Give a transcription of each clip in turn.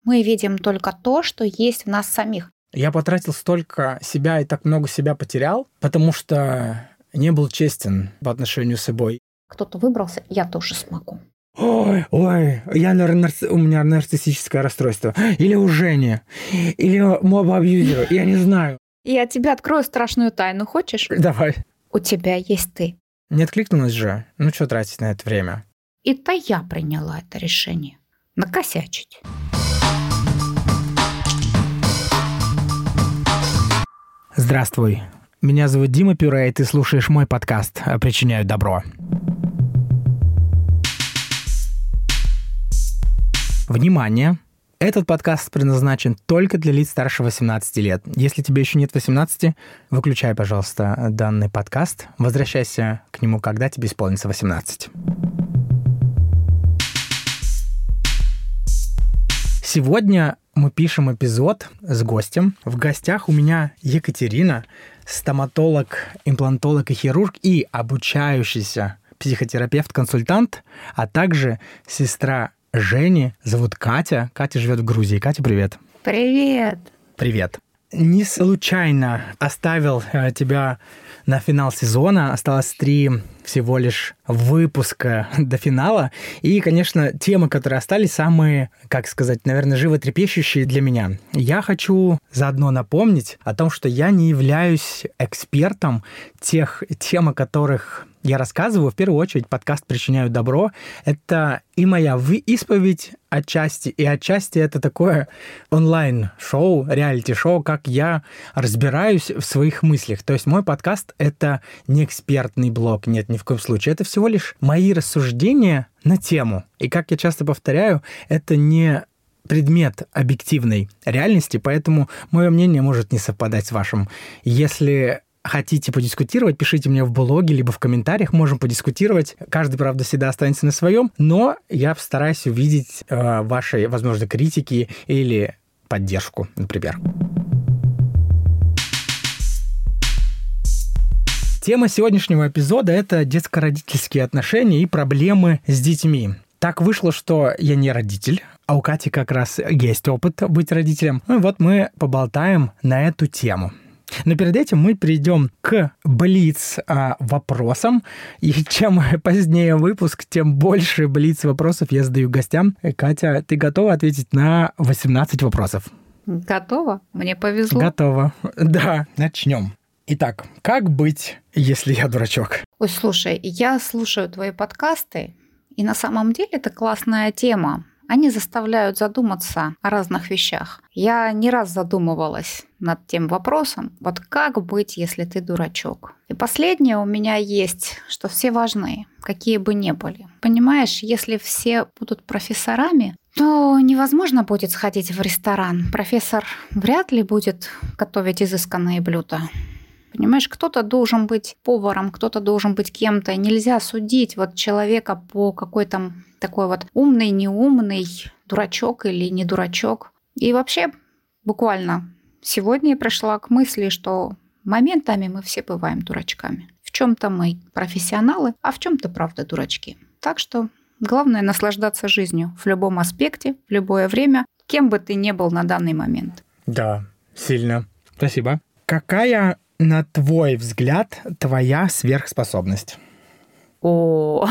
Мы видим только то, что есть в нас самих. Я потратил столько себя и так много себя потерял, потому что не был честен по отношению с собой. Кто-то выбрался, я тоже смогу. Ой, я, наверное, у меня нарциссическое расстройство. Или у Жени, или моба-абьюзера, я не знаю. Я тебе открою страшную тайну, хочешь? Давай. У тебя есть ты. Не откликнулась же. Ну, что тратить на это время? Это я приняла это решение. Накосячить. Здравствуй. Меня зовут Дима Пюре, и ты слушаешь мой подкаст «Причиняю добро». Внимание! Этот подкаст предназначен только для лиц старше 18 лет. Если тебе еще нет 18, выключай, пожалуйста, данный подкаст. Возвращайся к нему, когда тебе исполнится 18. Сегодня мы пишем эпизод с гостем. В гостях у меня Екатерина, стоматолог, имплантолог и хирург, и обучающийся психотерапевт-консультант, а также сестра Жени, зовут Катя. Катя живет в Грузии. Катя, привет. Привет. Привет. Не случайно оставил тебя на финал сезона. Осталось 3 всего лишь выпуска до финала. И, конечно, темы, которые остались, самые, как сказать, наверное, животрепещущие для меня. Я хочу заодно напомнить о том, что я не являюсь экспертом тех тем, о которых я рассказываю. В первую очередь, подкаст «Причиняю добро» — это и моя исповедь отчасти, и отчасти это такое онлайн-шоу, реалити-шоу, как я разбираюсь в своих мыслях. То есть мой подкаст — это не экспертный блог, нет, ни в коем случае. Это всего лишь мои рассуждения на тему. И, как я часто повторяю, это не предмет объективной реальности, поэтому мое мнение может не совпадать с вашим. Если хотите подискутировать, пишите мне в блоге, либо в комментариях, можем подискутировать. Каждый, правда, всегда останется на своем, но я постараюсь увидеть ваши, возможно, критики или поддержку, например. Тема сегодняшнего эпизода — это детско-родительские отношения и проблемы с детьми. Так вышло, что я не родитель, а у Кати как раз есть опыт быть родителем. Ну и вот мы поболтаем на эту тему. Но перед этим мы перейдем к блиц-вопросам. И чем позднее выпуск, тем больше блиц-вопросов я задаю гостям. Катя, ты готова ответить на 18 вопросов? Готова? Мне повезло. Готова. Да, начнем. Итак, как быть, если я дурачок? Ой, слушай, я слушаю твои подкасты, и на самом деле это классная тема. Они заставляют задуматься о разных вещах. Я не раз задумывалась над тем вопросом, вот как быть, если ты дурачок. И последнее у меня есть, что все важны, какие бы ни были. Понимаешь, если все будут профессорами, то невозможно будет сходить в ресторан. Профессор вряд ли будет готовить изысканные блюда. Понимаешь, кто-то должен быть поваром, кто-то должен быть кем-то. Нельзя судить вот человека по какой-то такой вот умный, неумный, дурачок или не дурачок. И вообще, буквально сегодня я пришла к мысли, что моментами мы все бываем дурачками. В чем-то мы профессионалы, а в чем-то, правда, дурачки. Так что главное наслаждаться жизнью в любом аспекте, в любое время, кем бы ты ни был на данный момент. Да, сильно. Спасибо. Какая, на твой взгляд, твоя сверхспособность? О,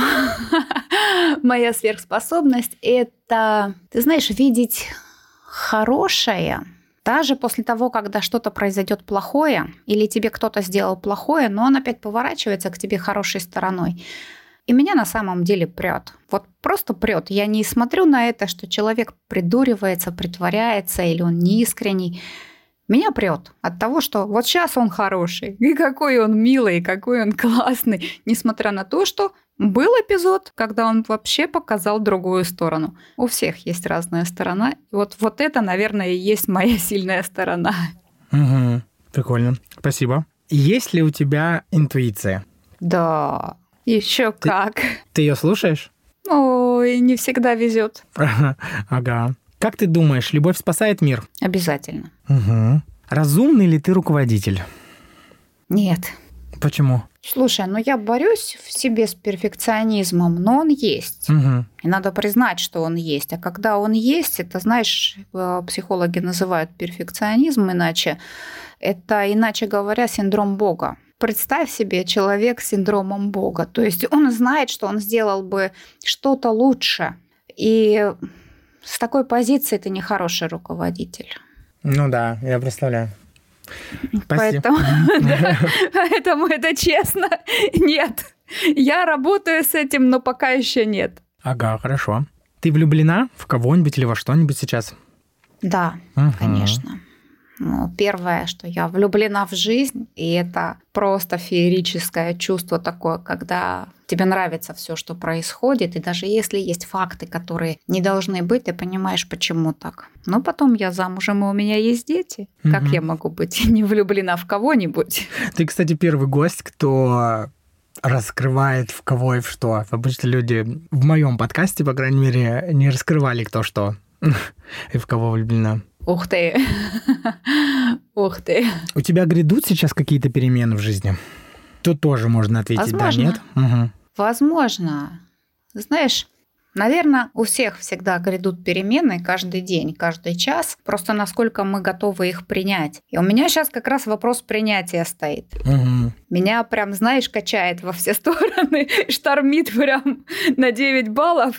моя сверхспособность — это, ты знаешь, видеть хорошее, даже после того, когда что-то произойдет плохое, или тебе кто-то сделал плохое, но он опять поворачивается к тебе хорошей стороной. И меня на самом деле прет. Вот просто прет. Я не смотрю на это, что человек придуривается, притворяется, или он неискренний. Меня прет от того, что вот сейчас он хороший, и какой он милый, и какой он классный, несмотря на то, что был эпизод, когда он вообще показал другую сторону. У всех есть разная сторона, и вот это, наверное, и есть моя сильная сторона. Угу, прикольно, спасибо. Есть ли у тебя интуиция? Да, еще как. Ты ее слушаешь? Ой, не всегда везет. Ага. Как ты думаешь, любовь спасает мир? Обязательно. Угу. Разумный ли ты руководитель? Нет. Почему? Слушай, ну я борюсь в себе с перфекционизмом, но он есть. Угу. И надо признать, что он есть. А когда он есть, это, знаешь, психологи называют перфекционизм иначе. Это, иначе говоря, синдром Бога. Представь себе человек с синдромом Бога. То есть он знает, что он сделал бы что-то лучше. И с такой позиции ты не хороший руководитель. Ну да, я представляю. Спасибо. Поэтому это честно. Нет. Я работаю с этим, но пока еще нет. Ага, хорошо. Ты влюблена в кого-нибудь или во что-нибудь сейчас? Да, конечно. Ну, первое, что я влюблена в жизнь, и это просто феерическое чувство такое, когда тебе нравится все, что происходит, и даже если есть факты, которые не должны быть, ты понимаешь, почему так. Но потом я замужем, и у меня есть дети. Как я могу быть не влюблена в кого-нибудь? Ты, кстати, первый гость, кто раскрывает в кого и в что. Обычно люди в моем подкасте, по крайней мере, не раскрывали кто что и в кого влюблена. Ух ты! Ух ты! У тебя грядут сейчас какие-то перемены в жизни? Тут тоже можно ответить возможно. Да, нет? Угу. Возможно. Знаешь, наверное, у всех всегда грядут перемены каждый день, каждый час. Просто насколько мы готовы их принять. И у меня сейчас как раз вопрос принятия стоит. Угу. Меня прям, знаешь, качает во все стороны, штормит прям на 9 баллов.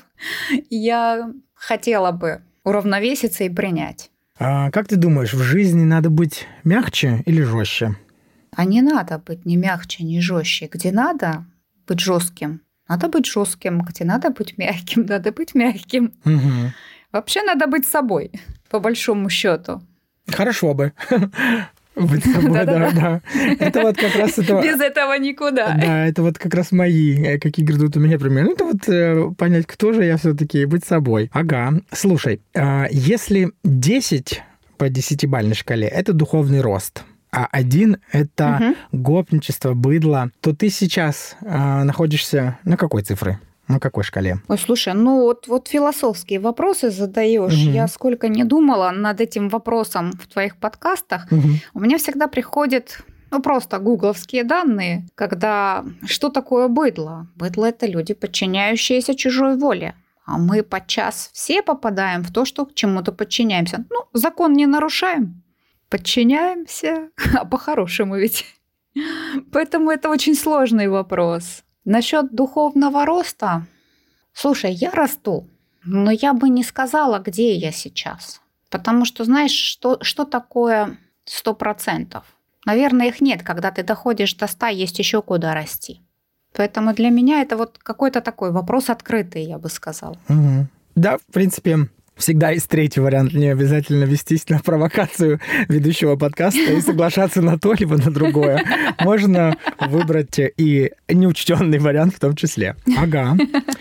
Я хотела бы уравновеситься и принять. А как ты думаешь, в жизни надо быть мягче или жестче? А не надо быть ни мягче, ни жестче. Где надо быть жестким, надо быть жестким. Где надо быть мягким, надо быть мягким. Угу. Вообще надо быть собой, по большому счету. Хорошо бы. Быть собой, да. Это вот как раз это... Без этого никуда. Да, это вот как раз мои, какие грядут у меня примеры. Ну, это вот понять, кто же я все-таки, быть собой. Ага. Слушай, если 10 по 10-бальной шкале – это духовный рост, а 1 – это гопничество, быдло, то ты сейчас находишься на какой цифре? На какой шкале? Ой, слушай, ну вот философские вопросы задаешь. Я сколько не думала над этим вопросом в твоих подкастах, у меня всегда приходят просто гугловские данные, когда что такое быдло? Быдло – это люди, подчиняющиеся чужой воле. А мы подчас все попадаем в то, что к чему-то подчиняемся. Ну, закон не нарушаем, подчиняемся, а по-хорошему ведь. Поэтому это очень сложный вопрос. Насчет духовного роста, слушай, я расту, но я бы не сказала, где я сейчас. Потому что, знаешь, что такое 100%? Наверное, их нет. Когда ты доходишь до 100, есть еще куда расти. Поэтому для меня это вот какой-то такой вопрос открытый, я бы сказала. Угу. Да, в принципе, всегда есть третий вариант. Не обязательно вестись на провокацию ведущего подкаста и соглашаться на то, либо на другое. Можно выбрать и неучтенный вариант в том числе. Ага.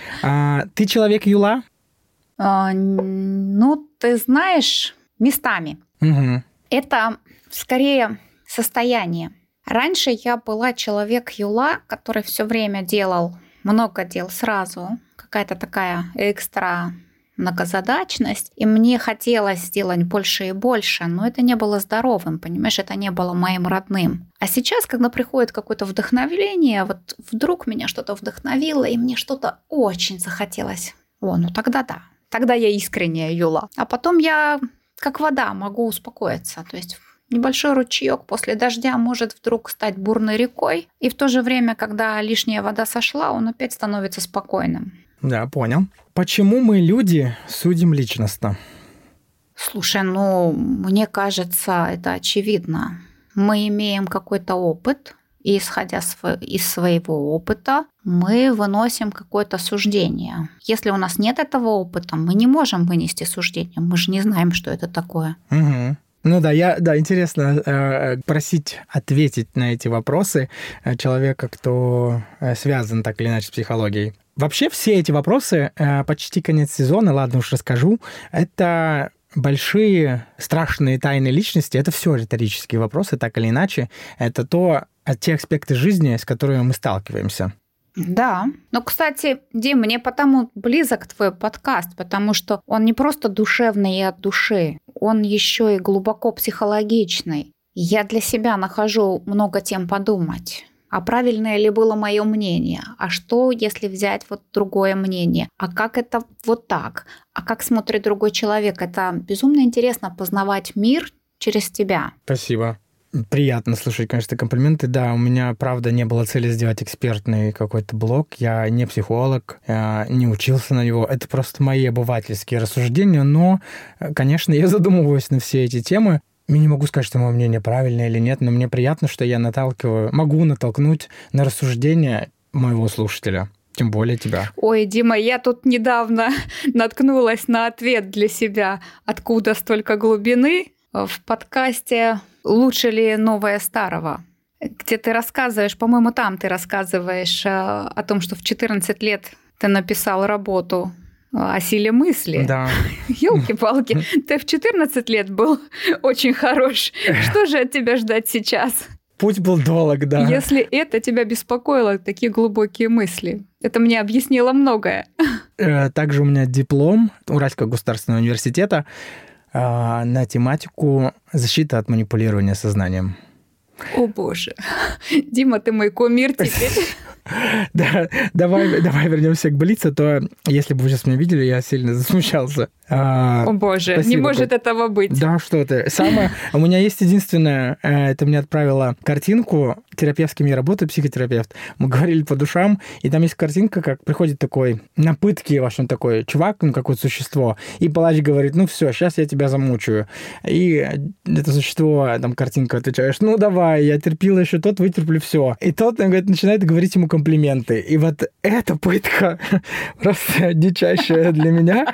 Ты человек юла? Ну, ты знаешь, местами. Угу. Это скорее состояние. Раньше я была человек юла, который все время делал много дел сразу. Какая-то такая экстра многозадачность, и мне хотелось сделать больше и больше, но это не было здоровым, понимаешь, это не было моим родным. А сейчас, когда приходит какое-то вдохновение, вот вдруг меня что-то вдохновило, и мне что-то очень захотелось. Ну тогда да, тогда я искренняя юла. А потом я, как вода, могу успокоиться, то есть небольшой ручеек после дождя может вдруг стать бурной рекой, и в то же время, когда лишняя вода сошла, он опять становится спокойным. Да, понял. Почему мы, люди, судим личностно? Слушай, мне кажется, это очевидно. Мы имеем какой-то опыт, и исходя из своего опыта, мы выносим какое-то суждение. Если у нас нет этого опыта, мы не можем вынести суждение. Мы же не знаем, что это такое. Угу. Ну да, интересно просить ответить на эти вопросы человека, кто связан так или иначе с психологией. Вообще все эти вопросы, почти конец сезона, ладно уж расскажу, это большие страшные тайны личности, это все риторические вопросы, так или иначе. Это те аспекты жизни, с которыми мы сталкиваемся. Да. Кстати, Дим, мне потому близок твой подкаст, потому что он не просто душевный и от души, он еще и глубоко психологичный. Я для себя нахожу много тем подумать. А правильное ли было мое мнение? А что, если взять вот другое мнение? А как это вот так? А как смотрит другой человек? Это безумно интересно познавать мир через тебя. Спасибо. Приятно слушать, конечно, комплименты. Да, у меня, правда, не было цели сделать экспертный какой-то блог. Я не психолог, я не учился на него. Это просто мои обывательские рассуждения. Но, конечно, я задумываюсь на все эти темы. Я не могу сказать, что мое мнение правильное или нет, но мне приятно, что я могу натолкнуть на рассуждения моего слушателя. Тем более тебя. Ой, Дима, я тут недавно наткнулась на ответ для себя. Откуда столько глубины? В подкасте «Лучше ли новое старого?», где ты рассказываешь, по-моему, там ты рассказываешь о том, что в 14 лет ты написал работу о силе мысли. Да. Ёлки-палки, ты в 14 лет был очень хорош. Что же от тебя ждать сейчас? Путь был долг, да. Если это тебя беспокоило, такие глубокие мысли, это мне объяснило многое. Также у меня диплом Уральского государственного университета на тематику защиты от манипулирования сознанием. О боже, Дима, ты мой кумир теперь. Да, давай вернемся к Блицу, то если бы вы сейчас меня видели, я сильно засмущался. О боже, спасибо, не может этого быть. Да, что ты. У меня есть единственное, ты мне отправила картинку, терапевт, с кем я работаю, психотерапевт. Мы говорили по душам, и там есть картинка, как приходит такой на пытки, в общем, такой чувак, какое-то существо, и палач говорит, ну все, сейчас я тебя замучаю. И это существо, там картинка, отвечаешь, ну давай, я терпела еще тот, вытерплю все. И тот, говорит, начинает говорить ему комплименты. И вот эта пытка просто дичайшая для меня.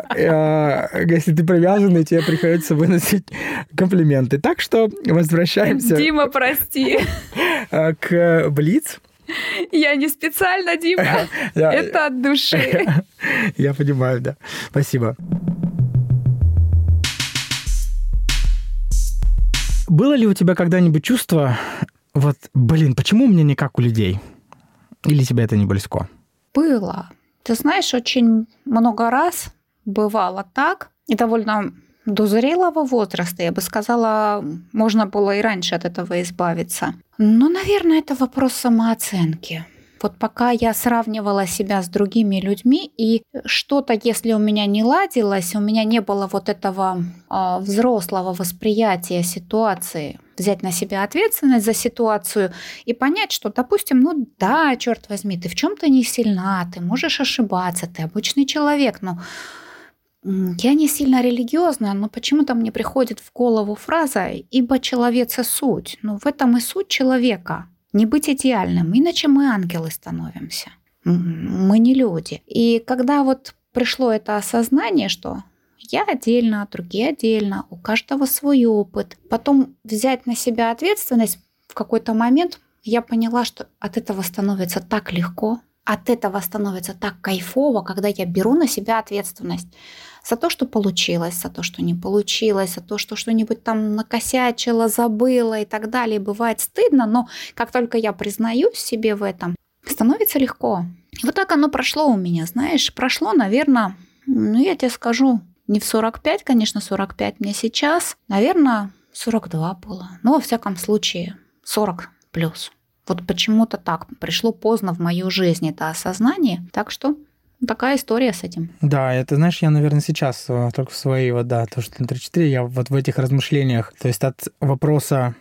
Если ты привязанный, тебе приходится выносить комплименты. Так что возвращаемся... Дима, прости. К Блиц. Я не специально, Дима. Это от души. Я понимаю, да. Спасибо. Было ли у тебя когда-нибудь чувство, почему у меня не как у людей? Или тебе это не близко? Было. Ты знаешь, очень много раз бывало так, и довольно до зрелого возраста, я бы сказала, можно было и раньше от этого избавиться. Но, наверное, это вопрос самооценки. Вот пока я сравнивала себя с другими людьми, и что-то, если у меня не ладилось, у меня не было вот этого взрослого восприятия ситуации, взять на себя ответственность за ситуацию и понять, что, допустим, да, черт возьми, ты в чем-то не сильна, ты можешь ошибаться, ты обычный человек, но я не сильно религиозная, но почему-то мне приходит в голову фраза «ибо человеца суть». В этом и суть человека. Не быть идеальным, иначе мы ангелы становимся. Мы не люди. И когда пришло это осознание, что я отдельно, другие отдельно, у каждого свой опыт, потом взять на себя ответственность, в какой-то момент я поняла, что от этого становится так легко, от этого становится так кайфово, когда я беру на себя ответственность за то, что получилось, за то, что не получилось, за то, что что-нибудь там накосячила, забыла и так далее. Бывает стыдно, но как только я признаюсь себе в этом, становится легко. И вот так оно прошло у меня, знаешь. Прошло, наверное, я тебе скажу, не в 45, конечно, 45 мне сейчас, наверное, 42 было. Но, во всяком случае, 40 плюс. Вот почему-то так пришло поздно в мою жизнь это осознание. Так что такая история с этим. Да, это, знаешь, я, наверное, сейчас только в своей, то, что на 34, я в этих размышлениях, то есть от вопроса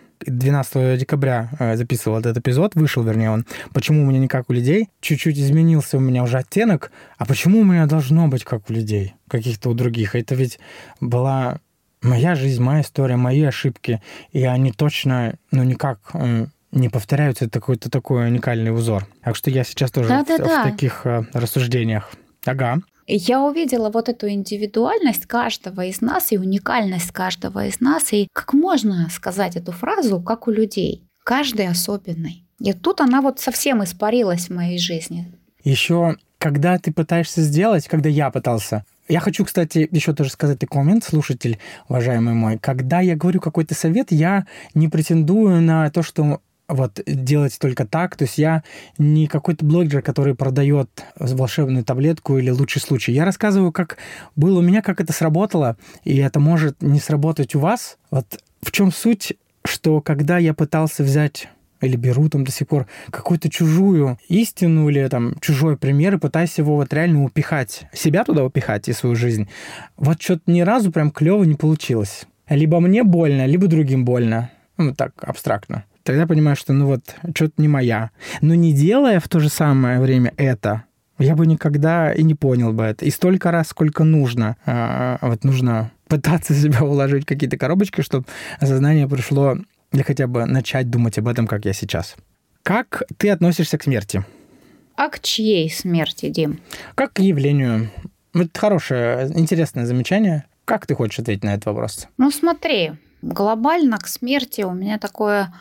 12 декабря записывал этот эпизод, вышел, вернее, он, почему у меня не как у людей, чуть-чуть изменился у меня уже оттенок, а почему у меня должно быть как у людей, каких-то у других? Это ведь была моя жизнь, моя история, мои ошибки, и они точно, никак не повторяются, это какой-то такой уникальный узор. Так что я сейчас тоже в таких рассуждениях. Ага. Я увидела эту индивидуальность каждого из нас и уникальность каждого из нас. И как можно сказать эту фразу, как у людей? Каждый особенный. И тут она совсем испарилась в моей жизни. Еще, когда ты пытаешься сделать, когда я пытался... Я хочу, кстати, еще тоже сказать такой момент, слушатель, уважаемый мой. Когда я говорю какой-то совет, я не претендую на то, что делать только так. То есть я не какой-то блогер, который продает волшебную таблетку или лучший случай. Я рассказываю, как было у меня, как это сработало, и это может не сработать у вас. В чем суть, что когда я пытался взять или беру там до сих пор какую-то чужую истину или там чужой пример и пытаюсь его вот реально упихать, себя туда упихать и свою жизнь. Вот что-то ни разу прям клево не получилось. Либо мне больно, либо другим больно. Ну, так, абстрактно. Тогда понимаю, что ну вот, что-то не моя. Но не делая в то же самое время это, я бы никогда и не понял бы это. И столько раз, сколько нужно. Вот нужно пытаться себя уложить в какие-то коробочки, чтобы осознание пришло или хотя бы начать думать об этом, как я сейчас. Как ты относишься к смерти? А к чьей смерти, Дим? Как к явлению. Это хорошее, интересное замечание. Как ты хочешь ответить на этот вопрос? Ну, смотри, глобально к смерти у меня такое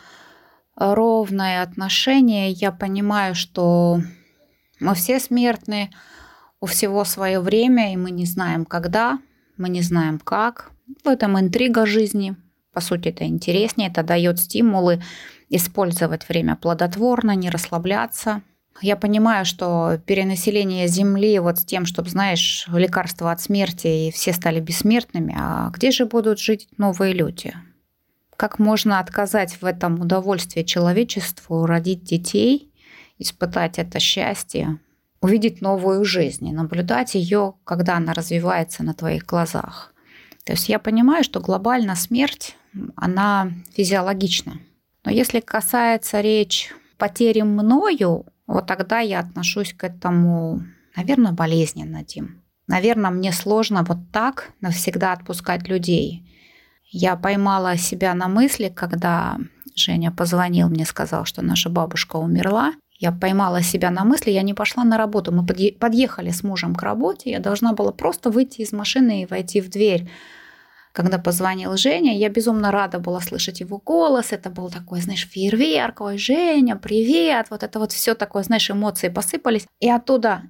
ровное отношение. Я понимаю, что мы все смертны, у всего свое время, и мы не знаем, когда, мы не знаем, как. В этом интрига жизни. По сути, это интереснее, это дает стимулы использовать время плодотворно, не расслабляться. Я понимаю, что перенаселение Земли вот с тем, чтобы, знаешь, лекарство от смерти, и все стали бессмертными, а где же будут жить новые люди? Как можно отказать в этом удовольствии человечеству, родить детей, испытать это счастье, увидеть новую жизнь и наблюдать ее, когда она развивается на твоих глазах? То есть я понимаю, что глобально смерть, она физиологична. Но если касается речь потери мною, вот тогда я отношусь к этому, наверное, болезненно, Дим. Наверное, мне сложно вот так навсегда отпускать людей. Я поймала себя на мысли, когда Женя позвонил мне, сказал, что наша бабушка умерла. Я поймала себя на мысли, я не пошла на работу. Мы подъехали с мужем к работе, я должна была просто выйти из машины и войти в дверь. Когда позвонил Женя, я безумно рада была слышать его голос. Это был такой, знаешь, фейерверк. Ой, Женя, привет. Вот это вот все такое, знаешь, эмоции посыпались. И оттуда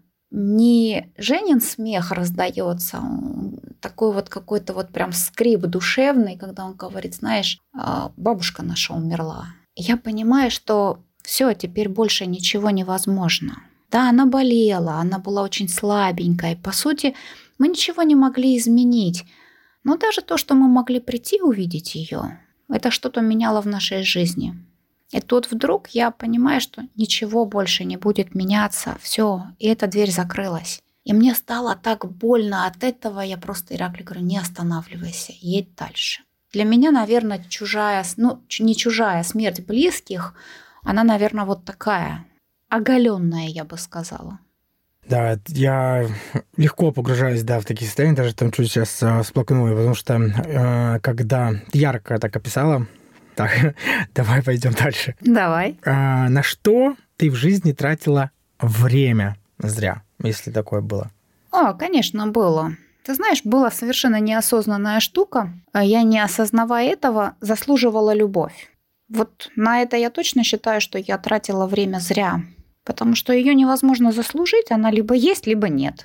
не Женин смех раздается, такой вот какой-то вот прям скрип душевный, когда он говорит, знаешь, бабушка наша умерла. И я понимаю, что все, теперь больше ничего невозможно. Да, она болела, она была очень слабенькая. По сути, мы ничего не могли изменить. Но даже то, что мы могли прийти увидеть ее, это что-то меняло в нашей жизни. И тут вдруг я понимаю, что ничего больше не будет меняться. Все, и эта дверь закрылась. И мне стало так больно от этого. Я просто Ираклию говорю, не останавливайся, едь дальше. Для меня, наверное, чужая, ну не чужая, смерть близких, она, наверное, вот такая, оголенная, я бы сказала. Да, я легко погружаюсь, да, в такие состояния, даже там чуть сейчас всплакнул, потому что когда ярко так описала, так, давай пойдем дальше. Давай. На что ты в жизни тратила время зря, если такое было? Конечно, было. Ты знаешь, была совершенно неосознанная штука. Я, не осознавая этого, заслуживала любовь. Вот на это я точно считаю, что я тратила время зря. Потому что ее невозможно заслужить, она либо есть, либо нет.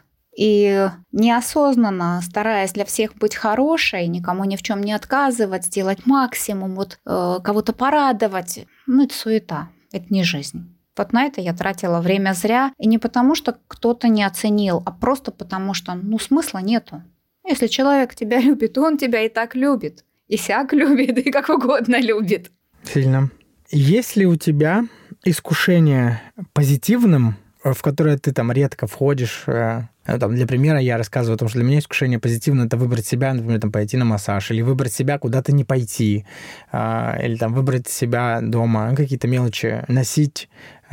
И неосознанно, стараясь для всех быть хорошей, никому ни в чем не отказывать, сделать максимум, вот кого-то порадовать, это суета, это не жизнь. Вот на это я тратила время зря. И не потому, что кто-то не оценил, а просто потому, что смысла нету. Если человек тебя любит, он тебя и так любит. И сяк любит, и как угодно любит. Сильно. Есть ли у тебя искушение позитивным, в которое ты там редко входишь? Там, для примера я рассказываю о том, что для меня искушение позитивное — это выбрать себя, например, там, пойти на массаж, или выбрать себя куда-то не пойти, или там выбрать себя дома, какие-то мелочи, носить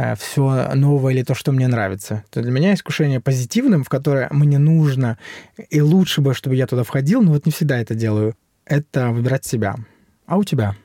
все новое или то, что мне нравится. То для меня искушение позитивным, в которое мне нужно, и лучше бы, чтобы я туда входил, но вот не всегда это делаю, это выбирать себя. А у тебя?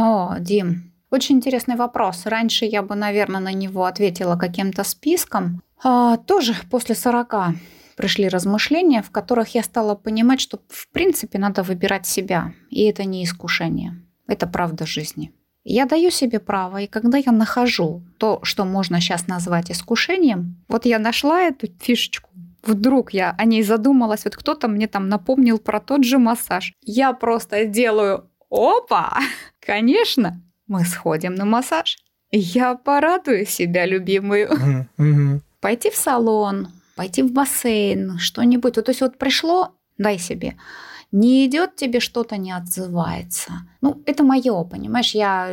Дим, очень интересный вопрос. Раньше я бы, наверное, на него ответила каким-то списком. Тоже после 40 пришли размышления, в которых я стала понимать, что в принципе надо выбирать себя. И это не искушение. Это правда жизни. Я даю себе право, и когда я нахожу то, что можно сейчас назвать искушением, вот я нашла эту фишечку, вдруг я о ней задумалась, вот кто-то мне там напомнил про тот же массаж. Я просто делаю опа, конечно, мы сходим на массаж. Я порадую себя, любимую. Пойти в салон, пойти в бассейн, что-нибудь. То есть вот пришло, дай себе. не идет тебе что-то, не отзывается. Это мое, понимаешь, я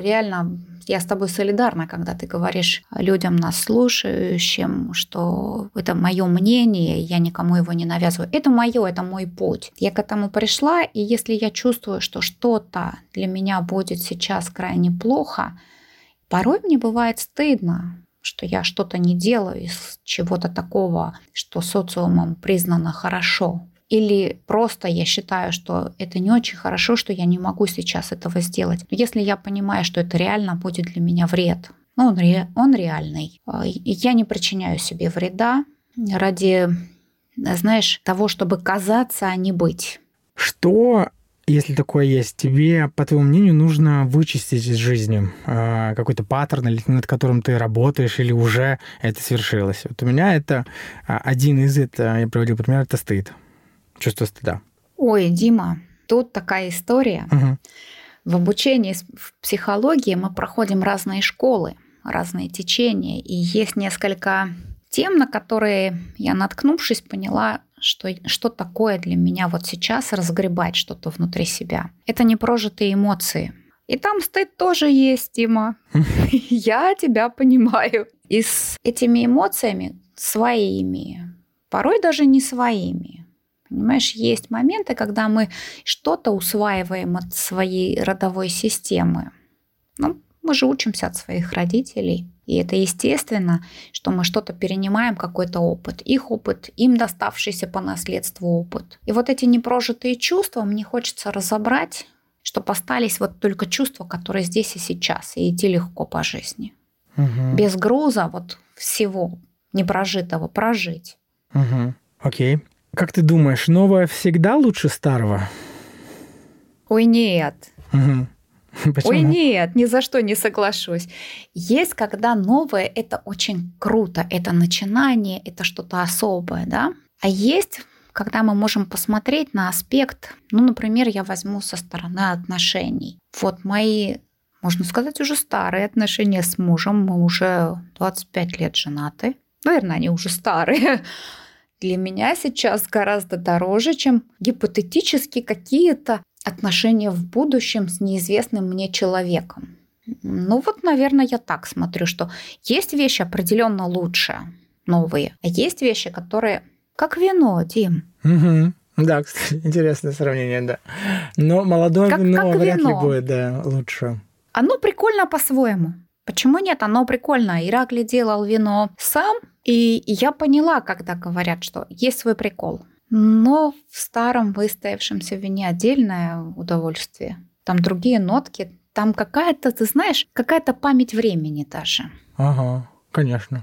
с тобой солидарна, когда ты говоришь людям, нас слушающим, что это мое мнение, я никому его не навязываю. Это мое, это мой путь. Я к этому пришла, и если я чувствую, что что-то для меня будет сейчас крайне плохо, порой мне бывает стыдно, что я что-то не делаю из чего-то такого, что социумом признано хорошо. Или просто я считаю, что это не очень хорошо, что я не могу сейчас этого сделать. Но если я понимаю, что это реально будет для меня вред, он реальный, и я не причиняю себе вреда ради, знаешь, того, чтобы казаться, а не быть. Что, если такое есть, тебе, по твоему мнению, нужно вычистить из жизни? Какой-то паттерн, над которым ты работаешь, или уже это свершилось? Вот у меня это один из, я приводил пример, это стыд. Чувство стыда. Ой, Дима, тут такая история. Угу. В обучении в психологии мы проходим разные школы, разные течения, и есть несколько тем, на которые я, наткнувшись, поняла, что такое для меня вот сейчас разгребать что-то внутри себя. Это непрожитые эмоции. И там стыд тоже есть, Дима. Я тебя понимаю. И с этими эмоциями своими, порой даже не своими. Понимаешь, есть моменты, когда мы что-то усваиваем от своей родовой системы. Мы же учимся от своих родителей. И это естественно, что мы что-то перенимаем, какой-то опыт. Их опыт, им доставшийся по наследству опыт. И вот эти непрожитые чувства мне хочется разобрать, чтобы остались вот только чувства, которые здесь и сейчас, и идти легко по жизни. Угу. Без груза вот всего непрожитого прожить. Угу. Окей. Как ты думаешь, новое всегда лучше старого? Ой, нет. Угу. Почему? Ой, нет, ни за что не соглашусь. Есть, когда новое – это очень круто, это начинание, это что-то особое, да? А есть, когда мы можем посмотреть на аспект, например, я возьму со стороны отношений. Вот мои, можно сказать, уже старые отношения с мужем, мы уже 25 лет женаты. Наверное, они уже старые. Для меня сейчас гораздо дороже, чем гипотетически какие-то отношения в будущем с неизвестным мне человеком. Наверное, я так смотрю, что есть вещи определенно лучше, новые, а есть вещи, которые как вино, Дим. Угу. Да, кстати, интересное сравнение, да. Но молодое вино вряд ли будет, да, лучше. Оно прикольно по-своему. Почему нет? Оно прикольно. Ираклий делал вино сам, и я поняла, когда говорят, что есть свой прикол. Но в старом выстоявшемся вине отдельное удовольствие. Там другие нотки, там какая-то, ты знаешь, какая-то память времени даже. Ага, конечно.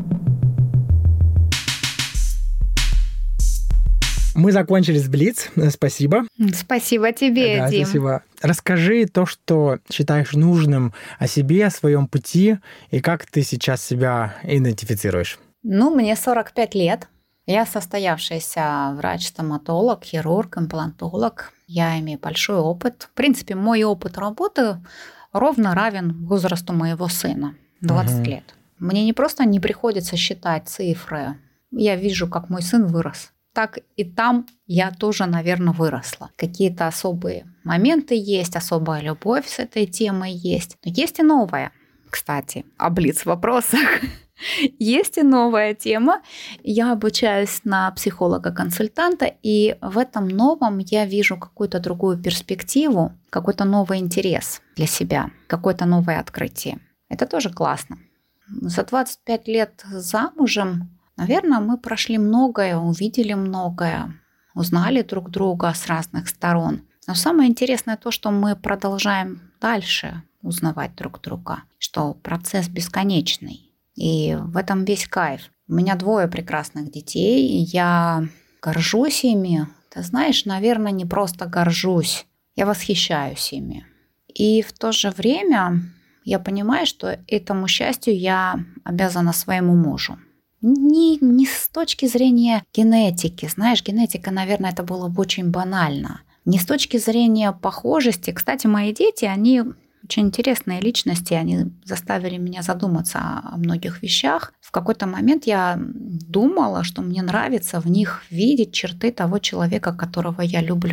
Мы закончили с Блиц. Спасибо. Спасибо тебе, да, Дим. Спасибо. Расскажи то, что считаешь нужным о себе, о своем пути, и как ты сейчас себя идентифицируешь. Мне 45 лет. Я состоявшийся врач-стоматолог, хирург, имплантолог. Я имею большой опыт. В принципе, мой опыт работы ровно равен возрасту моего сына, 20 лет. Мне не просто не приходится считать цифры. Я вижу, как мой сын вырос. Так и там я тоже, наверное, выросла. Какие-то особые моменты есть, особая любовь с этой темой есть. Но есть и новая, кстати, о блиц-вопросах. Есть и новая тема. Я обучаюсь на психолога-консультанта, и в этом новом я вижу какую-то другую перспективу, какой-то новый интерес для себя, какое-то новое открытие. Это тоже классно. За 25 лет замужем, наверное, мы прошли многое, увидели многое, узнали друг друга с разных сторон. Но самое интересное то, что мы продолжаем дальше узнавать друг друга, что процесс бесконечный. И в этом весь кайф. У меня 2 прекрасных детей, и я горжусь ими. Ты знаешь, наверное, не просто горжусь, я восхищаюсь ими. И в то же время я понимаю, что этому счастью я обязана своему мужу. Не с точки зрения генетики. Знаешь, генетика, наверное, это было бы очень банально. Не с точки зрения похожести. Кстати, мои дети, они очень интересные личности, они заставили меня задуматься о многих вещах. В какой-то момент я думала, что мне нравится в них видеть черты того человека, которого я люблю.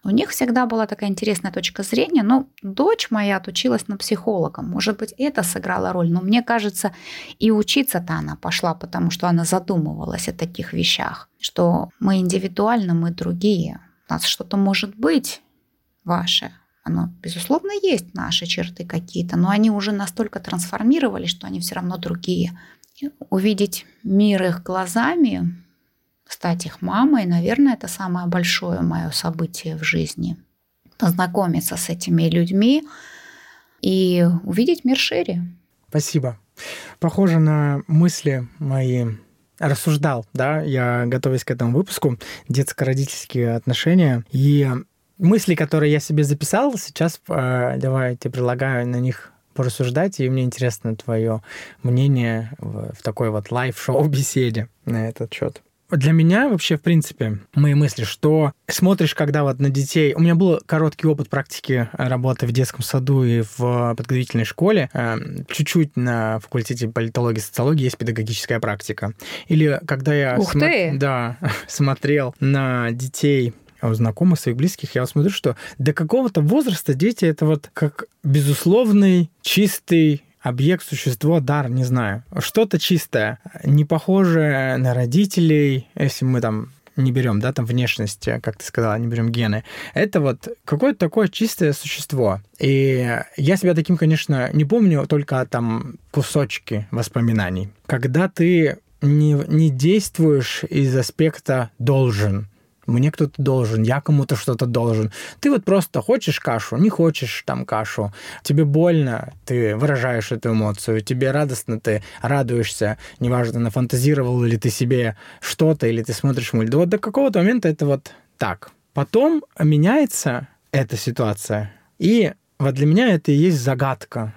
У них всегда была такая интересная точка зрения, но дочь моя отучилась на психолога. Может быть, это сыграло роль, но мне кажется, и учиться-то она пошла, потому что она задумывалась о таких вещах, что мы индивидуально, мы другие. У нас что-то может быть ваше. Оно, безусловно, есть наши черты какие-то, но они уже настолько трансформировались, что они все равно другие. И увидеть мир их глазами, стать их мамой, наверное, это самое большое мое событие в жизни. Познакомиться с этими людьми и увидеть мир шире. Спасибо. Похоже на мысли мои. Рассуждал, да, я, готовясь к этому выпуску, детско-родительские отношения. И мысли, которые я себе записал, сейчас давай я тебе предлагаю на них порассуждать, и мне интересно твое мнение в такой вот лайв-шоу-беседе на этот счет. Для меня вообще, в принципе, мои мысли, что смотришь, когда вот на детей... У меня был короткий опыт практики работы в детском саду и в подготовительной школе. Чуть-чуть на факультете политологии и социологии есть педагогическая практика. Или когда я смотрел на детей у знакомых, своих близких, я вот смотрю, что до какого-то возраста дети — это вот как безусловный, чистый объект, существо, дар, не знаю. Что-то чистое, не похожее на родителей, если мы там не берем, да, там внешность, как ты сказала, не берем гены. Это вот какое-то такое чистое существо. И я себя таким, конечно, не помню, только там кусочки воспоминаний. Когда ты не действуешь из аспекта «должен», мне кто-то должен, я кому-то что-то должен. Ты вот просто хочешь кашу, не хочешь там кашу. Тебе больно, ты выражаешь эту эмоцию. Тебе радостно, ты радуешься. Неважно, нафантазировал ли ты себе что-то, или ты смотришь мульт. Да вот до какого-то момента это вот так. Потом меняется эта ситуация. И вот для меня это и есть загадка,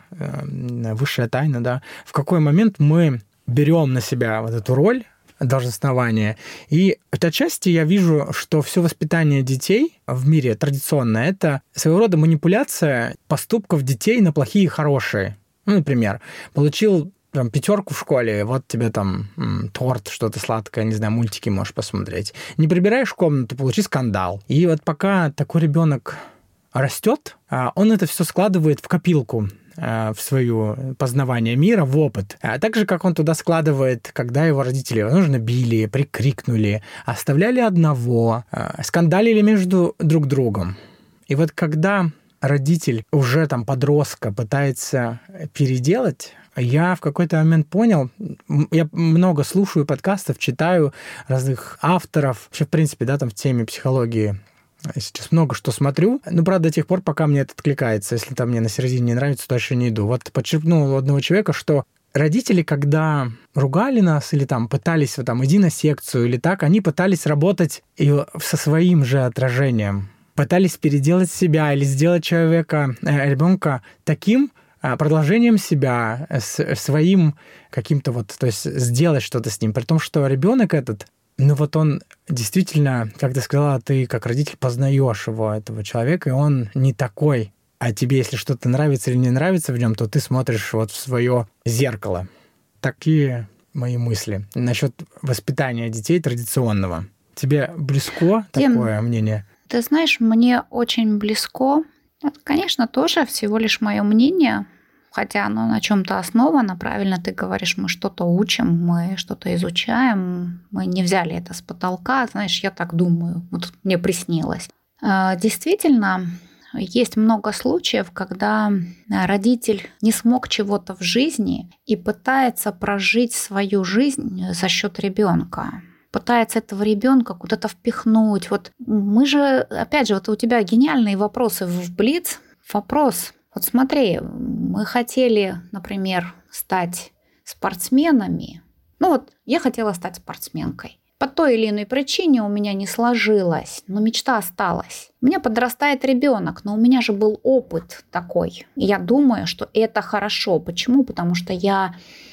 высшая тайна, да. В какой момент мы берем на себя вот эту роль долженствования. И отчасти я вижу, что все воспитание детей в мире традиционно — это своего рода манипуляция поступков детей на плохие и хорошие. Ну, например, получил там 5 в школе, вот тебе там торт, что-то сладкое, не знаю, мультики можешь посмотреть. Не прибираешь комнату, получи скандал. И вот пока такой ребенок растет, он это все складывает в копилку, в свое познавание мира, в опыт. А так же, как он туда складывает, когда его родители, возможно, били, прикрикнули, оставляли одного, скандалили между друг другом. И вот когда родитель уже там подростка пытается переделать, я в какой-то момент понял, я много слушаю подкастов, читаю разных авторов, вообще, в принципе, да, там в теме психологии. Я сейчас много что смотрю, но, правда, до тех пор, пока мне это откликается. Если там мне на середине не нравится, дальше не иду. Вот подчеркнул у одного человека, что родители, когда ругали нас или там пытались вот, там, иди на секцию или так, они пытались работать и со своим же отражением. Пытались переделать себя или сделать человека, ребенка таким продолжением себя, своим каким-то вот, то есть сделать что-то с ним. При том, что ребенок этот, ну вот он действительно, как ты сказала, ты как родитель познаешь его, этого человека, и он не такой. А тебе, если что-то нравится или не нравится в нем, то ты смотришь вот в свое зеркало. Такие мои мысли насчет воспитания детей традиционного. Тебе близко такое мнение? Ты знаешь, мне очень близко. Это, конечно, тоже всего лишь мое мнение, хотя оно на чем-то основано. Правильно ты говоришь, мы что-то учим, мы что-то изучаем, мы не взяли это с потолка. Знаешь, я так думаю, вот мне приснилось. Действительно, есть много случаев, когда родитель не смог чего-то в жизни и пытается прожить свою жизнь за счет ребенка. Пытается этого ребенка куда-то впихнуть. Вот мы же, опять же, вот у тебя гениальные вопросы в Блиц. Вопрос. Вот смотри, мы хотели, например, стать спортсменами. Ну вот я хотела стать спортсменкой. По той или иной причине у меня не сложилось, но мечта осталась. У меня подрастает ребенок, но у меня же был опыт такой. И я думаю, что это хорошо. Почему? Потому что я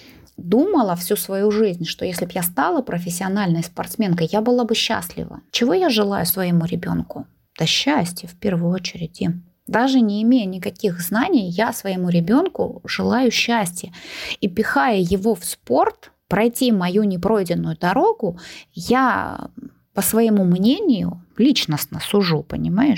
думала всю свою жизнь, что если бы я стала профессиональной спортсменкой, я была бы счастлива. Чего я желаю своему ребенку? Да счастья в первую очередь. Даже не имея никаких знаний, я своему ребенку желаю счастья. И пихая его в спорт, пройти мою непройденную дорогу, я по своему мнению личностно сужу, понимаешь?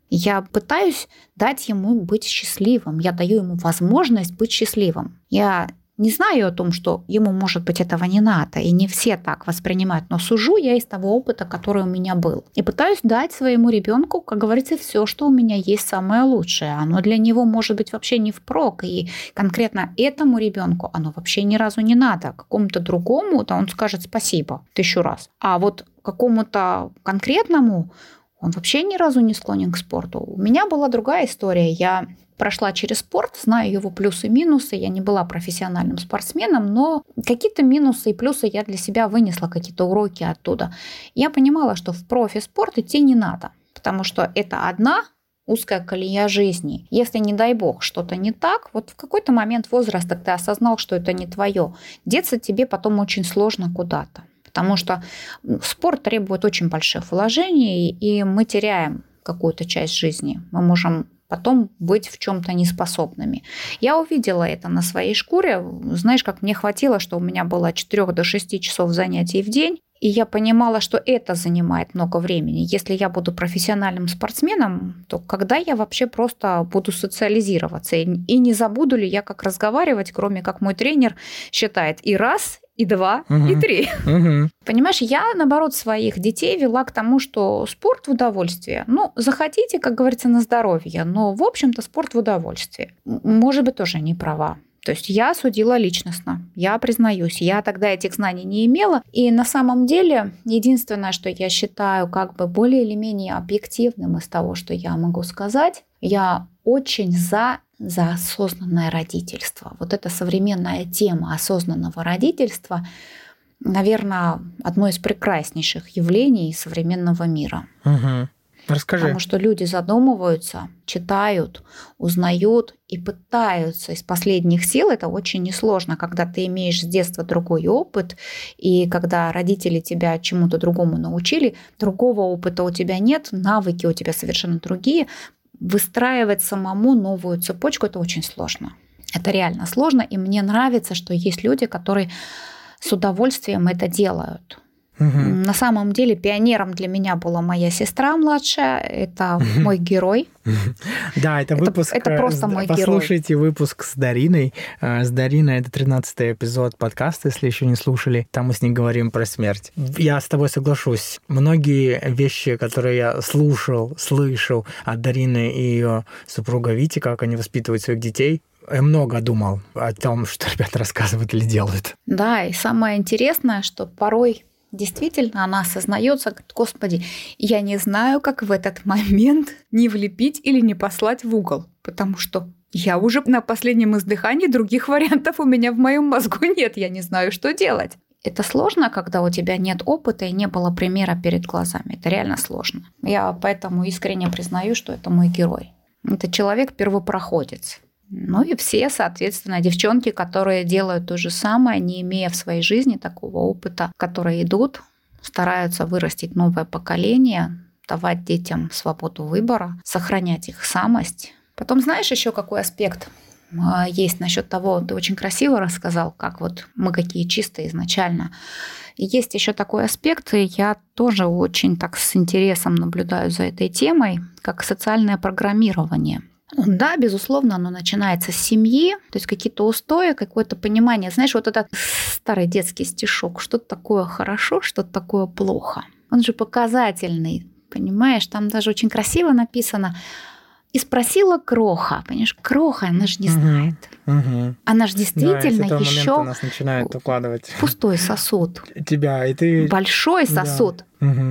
Я пытаюсь дать ему быть счастливым. Я даю ему возможность быть счастливым. Я не знаю о том, что ему, может быть, этого не надо, и не все так воспринимают, но сужу я из того опыта, который у меня был. И пытаюсь дать своему ребенку, как говорится, все, что у меня есть, самое лучшее. Оно для него может быть вообще не впрок, и конкретно этому ребенку оно вообще ни разу не надо. Какому-то другому, то он скажет спасибо 1000 раз. А вот какому-то конкретному он вообще ни разу не склонен к спорту. У меня была другая история. Я прошла через спорт, знаю его плюсы и минусы. Я не была профессиональным спортсменом, но какие-то минусы и плюсы я для себя вынесла, какие-то уроки оттуда. Я понимала, что в профиспорт идти не надо, потому что это одна узкая колея жизни. Если, не дай бог, что-то не так, вот в какой-то момент возраста ты осознал, что это не твое, деться тебе потом очень сложно куда-то. Потому что спорт требует очень больших вложений, и мы теряем какую-то часть жизни. Мы можем потом быть в чем-то неспособными. Я увидела это на своей шкуре. Знаешь, как мне хватило, что у меня было от 4 до 6 часов занятий в день, и я понимала, что это занимает много времени. Если я буду профессиональным спортсменом, то когда я вообще просто буду социализироваться? И не забуду ли я, как разговаривать, кроме как мой тренер считает и раз, и 2, и 3. Понимаешь, я, наоборот, своих детей вела к тому, что спорт в удовольствие. Ну, захотите, как говорится, на здоровье, но, в общем-то, спорт в удовольствие. Может быть, тоже не права. То есть я судила личностно, я признаюсь, я тогда этих знаний не имела. И на самом деле единственное, что я считаю как бы более или менее объективным из того, что я могу сказать, я очень за осознанное родительство. Вот эта современная тема осознанного родительства, наверное, одно из прекраснейших явлений современного мира. Расскажи. Потому что люди задумываются, читают, узнают и пытаются из последних сил. Это очень несложно, когда ты имеешь с детства другой опыт, и когда родители тебя чему-то другому научили, другого опыта у тебя нет, навыки у тебя совершенно другие. Выстраивать самому новую цепочку – это очень сложно. Это реально сложно, и мне нравится, что есть люди, которые с удовольствием это делают. На самом деле пионером для меня была моя сестра младшая, это мой герой. Да, это выпуск. Это просто мой герой. Послушайте выпуск с Дариной. С Дариной это 13-й эпизод подкаста, если еще не слушали. Там мы с ней говорим про смерть. Я с тобой соглашусь. Многие вещи, которые я слышал от Дарины и ее супруга Вити, как они воспитывают своих детей, я много думал о том, что ребята рассказывают или делают. Да, и самое интересное, что порой действительно она осознается, говорит: Господи, я не знаю, как в этот момент не влепить или не послать в угол, потому что я уже на последнем издыхании, других вариантов у меня в моем мозгу нет, я не знаю, что делать. Это сложно, когда у тебя нет опыта и не было примера перед глазами. Это реально сложно. Я поэтому искренне признаю, что это мой герой. Это человек-первопроходец. Ну и все, соответственно, девчонки, которые делают то же самое, не имея в своей жизни такого опыта, которые идут, стараются вырастить новое поколение, давать детям свободу выбора, сохранять их самость. Потом знаешь еще какой аспект есть насчет того, ты очень красиво рассказал, как вот мы какие чистые изначально. И есть еще такой аспект, и я тоже очень так с интересом наблюдаю за этой темой, как социальное программирование. Да, безусловно, оно начинается с семьи, то есть какие-то устои, какое-то понимание. Знаешь, вот этот старый детский стишок, что-то такое хорошо, что-то такое плохо. Он же показательный, понимаешь? Там даже очень красиво написано. И спросила Кроха, понимаешь, Кроха, она же не знает. Она же действительно еще нас начинает укладывать пустой сосуд. Тебя и ты. Большой сосуд.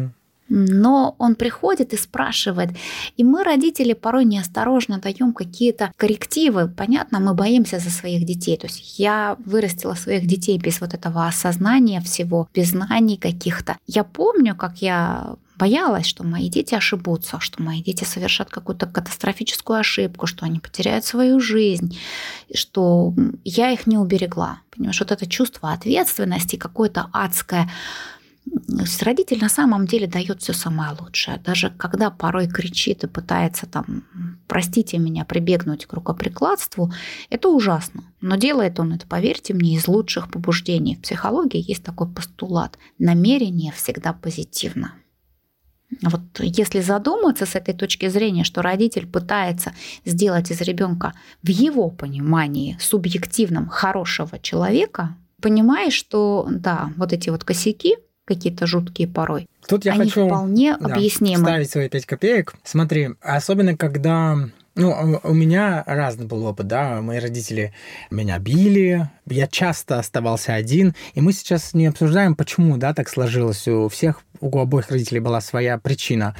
Но он приходит и спрашивает. И мы, родители, порой неосторожно даем какие-то коррективы. Понятно, мы боимся за своих детей. То есть я вырастила своих детей без вот этого осознания всего, без знаний каких-то. Я помню, как я боялась, что мои дети ошибутся, что мои дети совершат какую-то катастрофическую ошибку, что они потеряют свою жизнь, что я их не уберегла. Понимаешь, вот это чувство ответственности, какое-то адское. Родитель на самом деле дает все самое лучшее. Даже когда порой кричит и пытается там, простите меня, прибегнуть к рукоприкладству, это ужасно. Но делает он это, поверьте мне, из лучших побуждений. В психологии есть такой постулат: намерение всегда позитивно. Вот если задуматься с этой точки зрения, что родитель пытается сделать из ребенка в его понимании субъективном хорошего человека, понимаешь, что да, вот эти вот косяки, какие-то жуткие порой, тут я они хочу вполне объяснимы. вставить свои 5 копеек. Смотри, особенно когда... у меня разный был опыт, да, мои родители меня били, я часто оставался один, и мы сейчас не обсуждаем, почему, да, так сложилось. У обоих родителей была своя причина,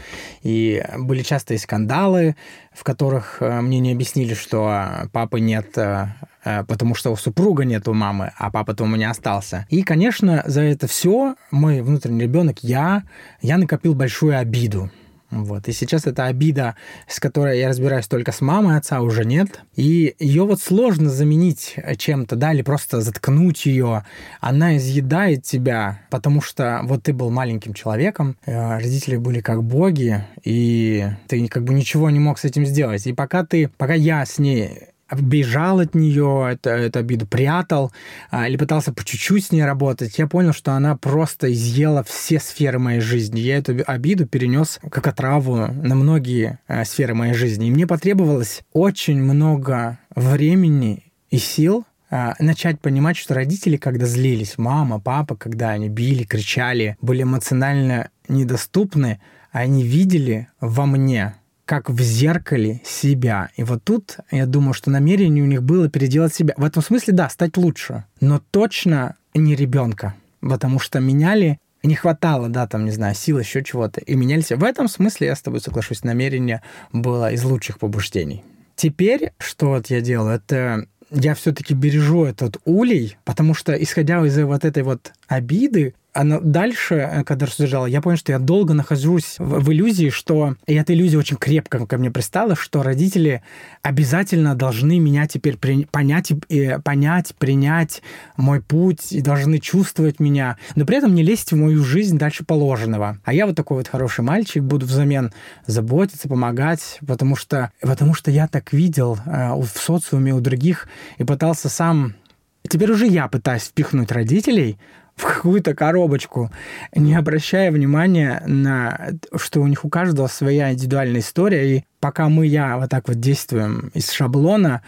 и были частые скандалы, в которых мне не объяснили, что папы нет, потому что у супруга нет у мамы, а папа-то у меня остался. И, конечно, за это все мой внутренний ребенок, я накопил большую обиду. Вот. И сейчас эта обида, с которой я разбираюсь только с мамой, отца уже нет. И ее вот сложно заменить чем-то, да, или просто заткнуть ее. Она изъедает тебя, потому что вот ты был маленьким человеком, родители были как боги, и ты как бы ничего не мог с этим сделать. И пока я с ней бежал от нее, эту обиду прятал, или пытался по чуть-чуть с ней работать, я понял, что она просто изъела все сферы моей жизни. Я эту обиду перенес как отраву на многие сферы моей жизни. И мне потребовалось очень много времени и сил начать понимать, что родители, когда злились, мама, папа, когда они били, кричали, были эмоционально недоступны, они видели во мне, как в зеркале, себя. И вот тут, я думаю, что намерение у них было переделать себя. В этом смысле, да, стать лучше, но точно не ребенка, потому что меняли, не хватало, да, там, не знаю, сил, еще чего-то, и менялись. В этом смысле, я с тобой соглашусь, намерение было из лучших побуждений. Теперь, что вот я делаю, это я все-таки бережу этот улей, потому что, исходя из вот этой вот обиды, она дальше, когда рассуждала, я понял, что я долго нахожусь в иллюзии, что... И эта иллюзия очень крепко ко мне пристала, что родители обязательно должны меня теперь понять, принять мой путь, и должны чувствовать меня, но при этом не лезть в мою жизнь дальше положенного. А я вот такой вот хороший мальчик, буду взамен заботиться, помогать, потому что я так видел в социуме у других и пытался сам... Теперь уже я пытаюсь впихнуть родителей в какую-то коробочку, не обращая внимания на что у них у каждого своя индивидуальная история. И пока я вот так вот действуем из шаблона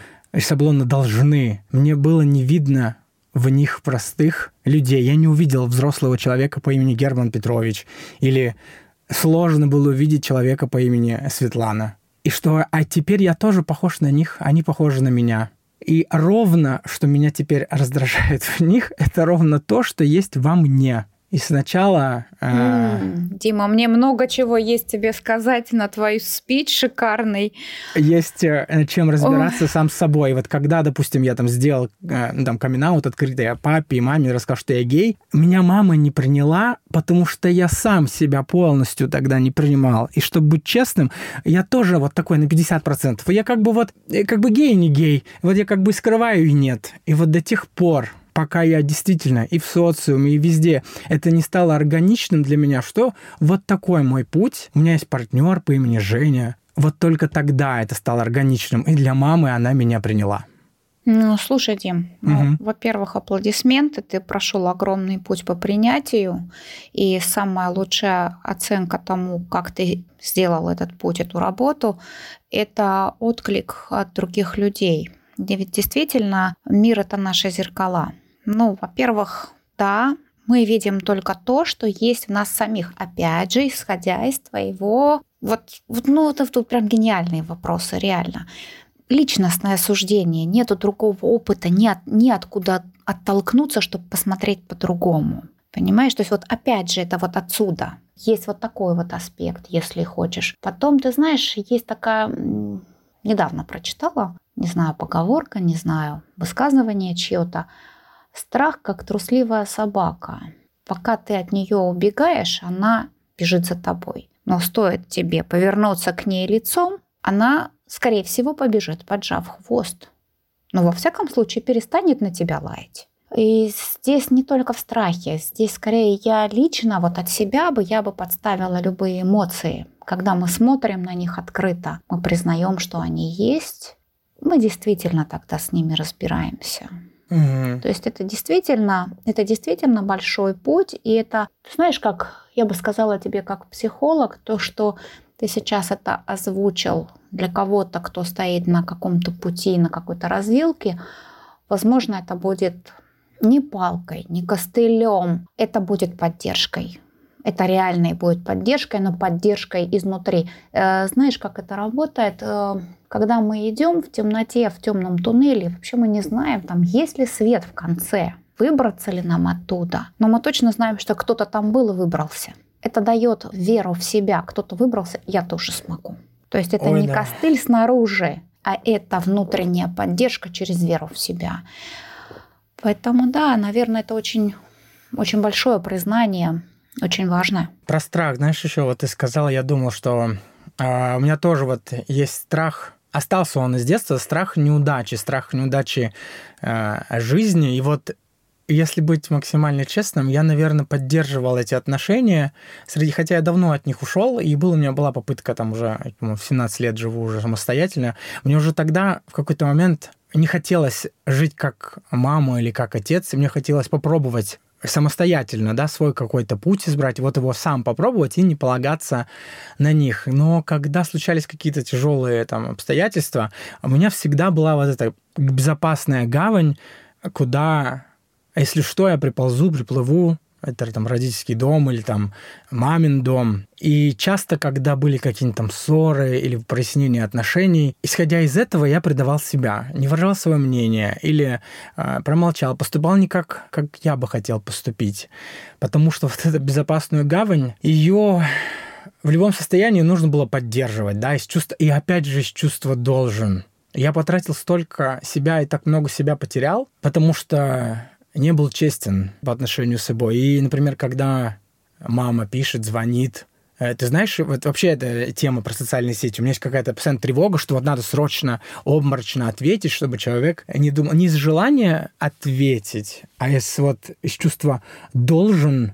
должны, мне было не видно в них простых людей. Я не увидел взрослого человека по имени Герман Петрович, или сложно было увидеть человека по имени Светлана. А теперь я тоже похож на них, они похожи на меня. И ровно, что меня теперь раздражает в них, это ровно то, что есть во мне. И сначала... Дима, мне много чего есть тебе сказать на твой спич шикарный. Есть чем разбираться сам с собой. Вот когда, допустим, я там сделал камин-аут открытый папе и маме, рассказал, что я гей, меня мама не приняла, потому что я сам себя полностью тогда не принимал. И чтобы быть честным, я тоже вот такой на 50%. Я как бы гей, не гей. Вот я как бы скрываю и нет. И вот до тех пор, пока я действительно и в социуме, и везде это не стало органичным для меня, что вот такой мой путь. У меня есть партнер по имени Женя. Вот только тогда это стало органичным. И для мамы она меня приняла. Ну, слушай, Дим, во-первых, аплодисменты. Ты прошел огромный путь по принятию. И самая лучшая оценка тому, как ты сделал этот путь, эту работу, это отклик от других людей. Ведь действительно мир – это наши зеркала. Ну, во-первых, да, мы видим только то, что есть в нас самих. Опять же, исходя из твоего... это тут прям гениальные вопросы, реально. Личностное суждение, нету другого опыта, неоткуда оттолкнуться, чтобы посмотреть по-другому. Понимаешь? То есть вот опять же это вот отсюда. Есть вот такой вот аспект, если хочешь. Потом, ты знаешь, есть такая... Недавно прочитала, не знаю, поговорка, не знаю, высказывание чье-то. Страх, как трусливая собака. Пока ты от нее убегаешь, она бежит за тобой. Но стоит тебе повернуться к ней лицом, она, скорее всего, побежит, поджав хвост. Но во всяком случае перестанет на тебя лаять. И здесь не только в страхе, здесь скорее я лично от себя я бы подставила любые эмоции. Когда мы смотрим на них открыто, мы признаем, что они есть, мы действительно тогда с ними разбираемся. То есть это действительно большой путь, и это, ты знаешь, как я бы сказала тебе как психолог, то, что ты сейчас это озвучил для кого-то, кто стоит на каком-то пути, на какой-то развилке, возможно, это будет не палкой, не костылем, это будет поддержкой. Это реальной будет поддержкой, но поддержкой изнутри. Знаешь, как это работает? Когда мы идем в темноте, в темном туннеле, вообще мы не знаем, там есть ли свет в конце, выбраться ли нам оттуда. Но мы точно знаем, что кто-то там был и выбрался. Это дает веру в себя. Кто-то выбрался, я тоже смогу. То есть это не костыль снаружи, а это внутренняя поддержка через веру в себя. Поэтому да, наверное, это очень, очень большое признание, очень важно. Про страх, знаешь, еще вот ты сказала, я думал, что у меня тоже вот есть страх, остался он из детства, страх неудачи жизни. И вот если быть максимально честным, я, наверное, поддерживал эти отношения, хотя я давно от них ушел, и у меня была попытка, там уже, в 17 лет живу уже самостоятельно, мне уже тогда в какой-то момент не хотелось жить как мама или как отец, и мне хотелось попробовать самостоятельно, да, свой какой-то путь избрать, вот его сам попробовать и не полагаться на них. Но когда случались какие-то тяжелые там обстоятельства, у меня всегда была вот эта безопасная гавань, куда, если что, я приплыву, это там родительский дом или там мамин дом. И часто, когда были какие-нибудь там ссоры или прояснения отношений, исходя из этого, я предавал себя, не выражал свое мнение или промолчал, поступал не как я бы хотел поступить. Потому что вот эту безопасную гавань, ее в любом состоянии нужно было поддерживать, да, и опять же из чувства «должен». Я потратил столько себя и так много себя потерял, потому что не был честен по отношению с собой. И, например, когда мама пишет, звонит, ты знаешь, вот вообще эта тема про социальные сети, у меня есть какая-то постоянная тревога, что вот надо срочно, обморочно ответить, чтобы человек не думал, не из желания ответить, а из чувства «должен»,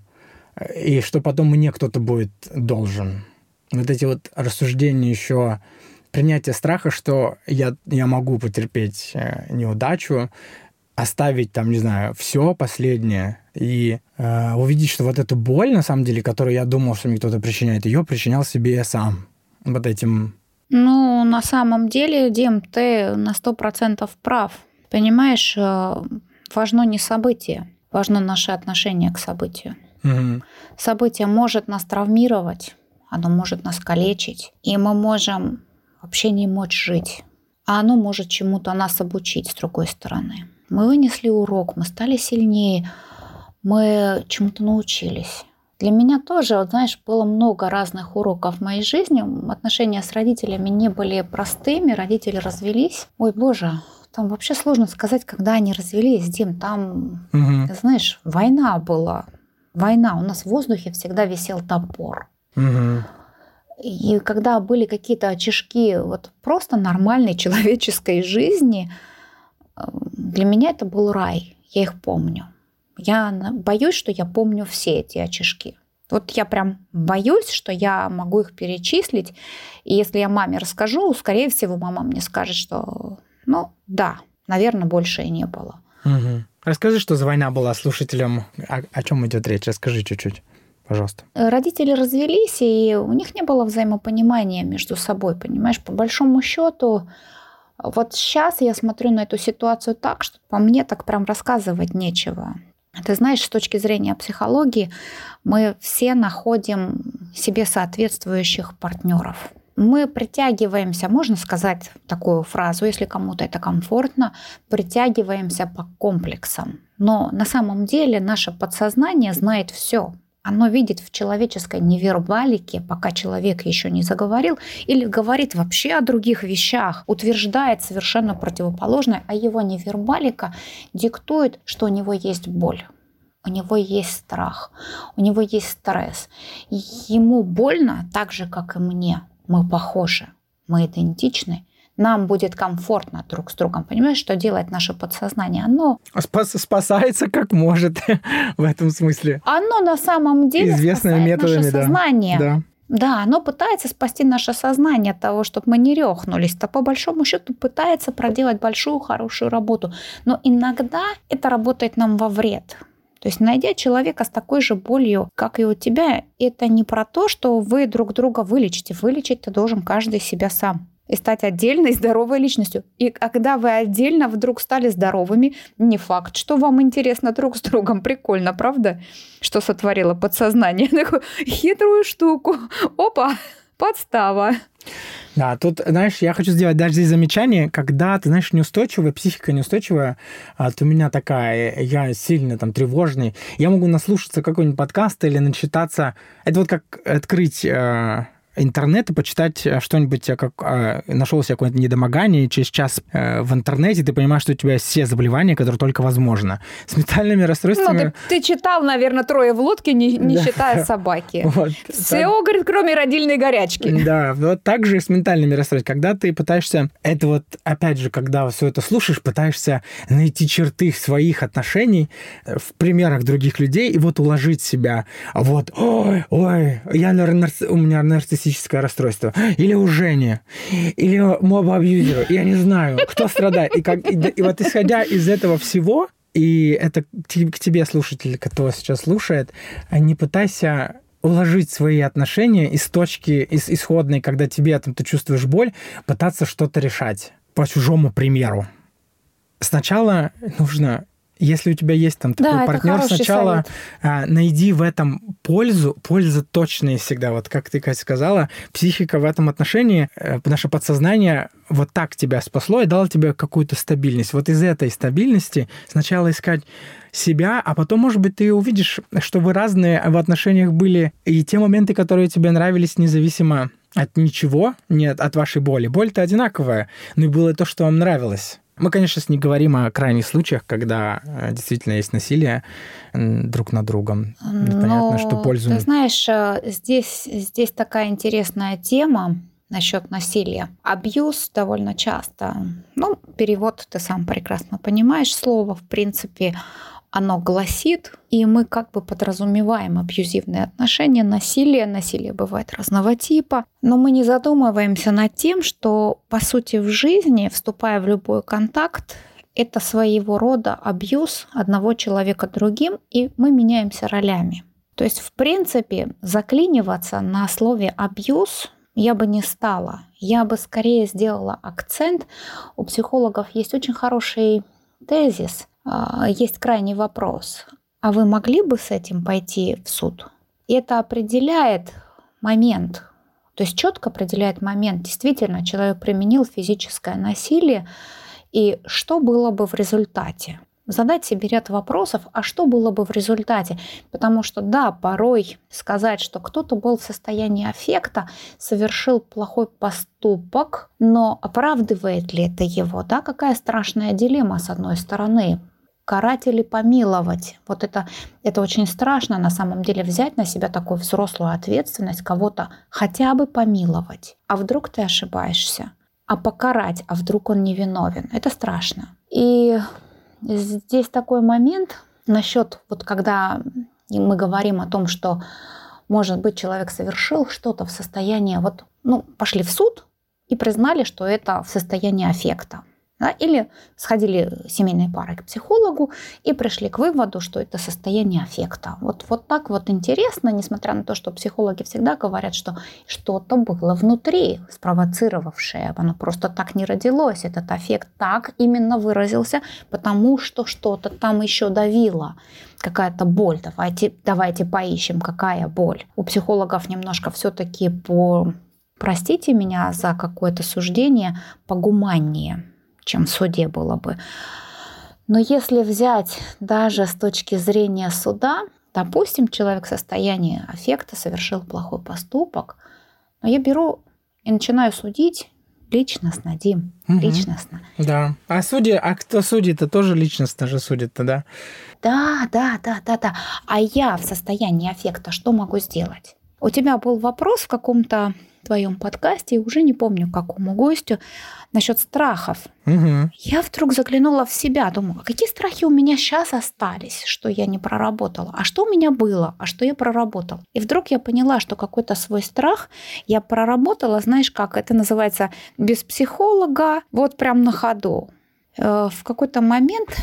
и что потом мне кто-то будет должен. Вот эти вот рассуждения еще, принятие страха, что я могу потерпеть неудачу, оставить там, не знаю, все последнее и увидеть, что вот эту боль, на самом деле, которую я думал, что мне кто-то причиняет, ее причинял себе я сам. Вот этим. Ну, на самом деле, Дим, ты на 100% прав. Понимаешь, важно не событие, важно наше отношение к событию. Угу. Событие может нас травмировать, оно может нас калечить, и мы можем вообще не мочь жить, а оно может чему-то нас обучить с другой стороны. Мы вынесли урок, мы стали сильнее, мы чему-то научились. Для меня тоже, вот, знаешь, было много разных уроков в моей жизни. Отношения с родителями не были простыми, родители развелись. Ой, боже, там вообще сложно сказать, когда они развелись, Дим. Там, знаешь, война была. Война. У нас в воздухе всегда висел топор. И когда были какие-то очишки вот просто нормальной человеческой жизни, для меня это был рай, я их помню. Я боюсь, что я помню все эти очишки. Вот я прям боюсь, что я могу их перечислить. И если я маме расскажу, скорее всего, мама мне скажет, что да, наверное, больше и не было. Угу. Расскажи, что за война была слушателям. О чем идет речь? Расскажи чуть-чуть, пожалуйста. Родители развелись, и у них не было взаимопонимания между собой, понимаешь? По большому счету, вот сейчас я смотрю на эту ситуацию так, что по мне так прям рассказывать нечего. Ты знаешь, с точки зрения психологии, мы все находим себе соответствующих партнеров. Мы притягиваемся, можно сказать такую фразу, если кому-то это комфортно, притягиваемся по комплексам. Но на самом деле наше подсознание знает все. Оно видит в человеческой невербалике, пока человек еще не заговорил, или говорит вообще о других вещах, утверждает совершенно противоположное, а его невербалика диктует, что у него есть боль, у него есть страх, у него есть стресс. И ему больно так же, как и мне. Мы похожи, мы идентичны. Нам будет комфортно друг с другом. Понимаешь, что делает наше подсознание? Оно спасается как может в этом смысле. Оно на самом деле известными методами, наше сознание. Да. Да, оно пытается спасти наше сознание от того, чтобы мы не рехнулись. То по большому счету пытается проделать большую, хорошую работу. Но иногда это работает нам во вред. То То есть, найдя человека с такой же болью, как и у тебя, это не про то, что вы друг друга вылечите. Вылечить ты должен каждый себя сам. И стать отдельной здоровой личностью. И когда вы отдельно вдруг стали здоровыми, не факт, что вам интересно друг с другом. Прикольно, правда? Что сотворило подсознание? Такую хитрую штуку. Опа, подстава. Да, тут, знаешь, я хочу сделать даже здесь замечание, когда ты, знаешь, неустойчивая, психика неустойчивая, вот у меня такая, я сильно там тревожный, я могу наслушаться какой-нибудь подкаст или начитаться, это вот как открыть интернет и почитать что-нибудь, как нашел себе какое-то недомогание, и через час в интернете ты понимаешь, что у тебя все заболевания, которые только возможно. С ментальными расстройствами... Ну, ты читал, наверное, «Трое в лодке», не считая собаки. Вот, все, говорит, кроме родильной горячки. Да, вот так же и с ментальными расстройствами. Когда ты пытаешься... Это вот, опять же, когда все это слушаешь, пытаешься найти черты своих отношений в примерах других людей и вот уложить себя. Вот, ой, у меня нарциссическое расстройство, или у Жени, или моба-абьюзера, я не знаю, кто страдает. И вот исходя из этого всего, и это к тебе, слушатель, кто сейчас слушает, не пытайся уложить свои отношения из точки исходной, когда тебе ты чувствуешь боль, пытаться что-то решать по чужому примеру. Сначала нужно... Если у тебя есть там такой партнер, сначала найди в этом пользу. Польза точная всегда. Вот как ты, Катя, сказала, психика в этом отношении, наше подсознание вот так тебя спасло и дало тебе какую-то стабильность. Вот из этой стабильности сначала искать себя, а потом, может быть, ты увидишь, что вы разные в отношениях были, и те моменты, которые тебе нравились, независимо от ничего, нет, от вашей боли. Боль-то одинаковая, но и было то, что вам нравилось. Мы, конечно, не говорим о крайних случаях, когда действительно есть насилие друг над другом. Понятно, что пользу... Ты знаешь, здесь такая интересная тема насчет насилия. Абьюз довольно часто, перевод ты сам прекрасно понимаешь, слово, в принципе, оно гласит, и мы как бы подразумеваем абьюзивные отношения, насилие. Насилие бывает разного типа, но мы не задумываемся над тем, что, по сути, в жизни, вступая в любой контакт, это своего рода абьюз одного человека другим, и мы меняемся ролями. То есть, в принципе, заклиниваться на слове «абьюз» я бы не стала. Я бы скорее сделала акцент. У психологов есть очень хороший тезис, есть крайний вопрос. А вы могли бы с этим пойти в суд? И это определяет момент. То есть четко определяет момент. Действительно, человек применил физическое насилие. И что было бы в результате? Задать себе ряд вопросов, а что было бы в результате? Потому что, да, порой сказать, что кто-то был в состоянии аффекта, совершил плохой поступок, но оправдывает ли это его? Да? Какая страшная дилемма с одной стороны. Карать или помиловать? Вот это очень страшно на самом деле, взять на себя такую взрослую ответственность, кого-то хотя бы помиловать. А вдруг ты ошибаешься? А покарать? А вдруг он невиновен? Это страшно. И здесь такой момент насчет, вот когда мы говорим о том, что, может быть, человек совершил что-то в состоянии, пошли в суд и признали, что это в состоянии аффекта. Да? Или сходили семейной парой к психологу и пришли к выводу, что это состояние аффекта. Вот так вот интересно, несмотря на то, что психологи всегда говорят, что что-то было внутри, спровоцировавшее. Оно просто так не родилось. Этот аффект так именно выразился, потому что что-то там еще давило. Какая-то боль. Давайте поищем, какая боль. У психологов немножко все-таки простите меня за какое-то суждение, погуманнее, чем в суде было бы. Но если взять даже с точки зрения суда, допустим, человек в состоянии аффекта совершил плохой поступок, но я беру и начинаю судить личностно, Дим, личностно. Да. А кто судит-то тоже личностно же судит-то, да? Да. А я в состоянии аффекта что могу сделать? У тебя был вопрос в каком-то твоем подкасте, уже не помню, какому гостю, насчет страхов. Я вдруг заглянула в себя, думаю, а какие страхи у меня сейчас остались, что я не проработала, а что у меня было, а что я проработала. И вдруг я поняла, что какой-то свой страх я проработала, знаешь, как это называется, без психолога, вот прям на ходу. В какой-то момент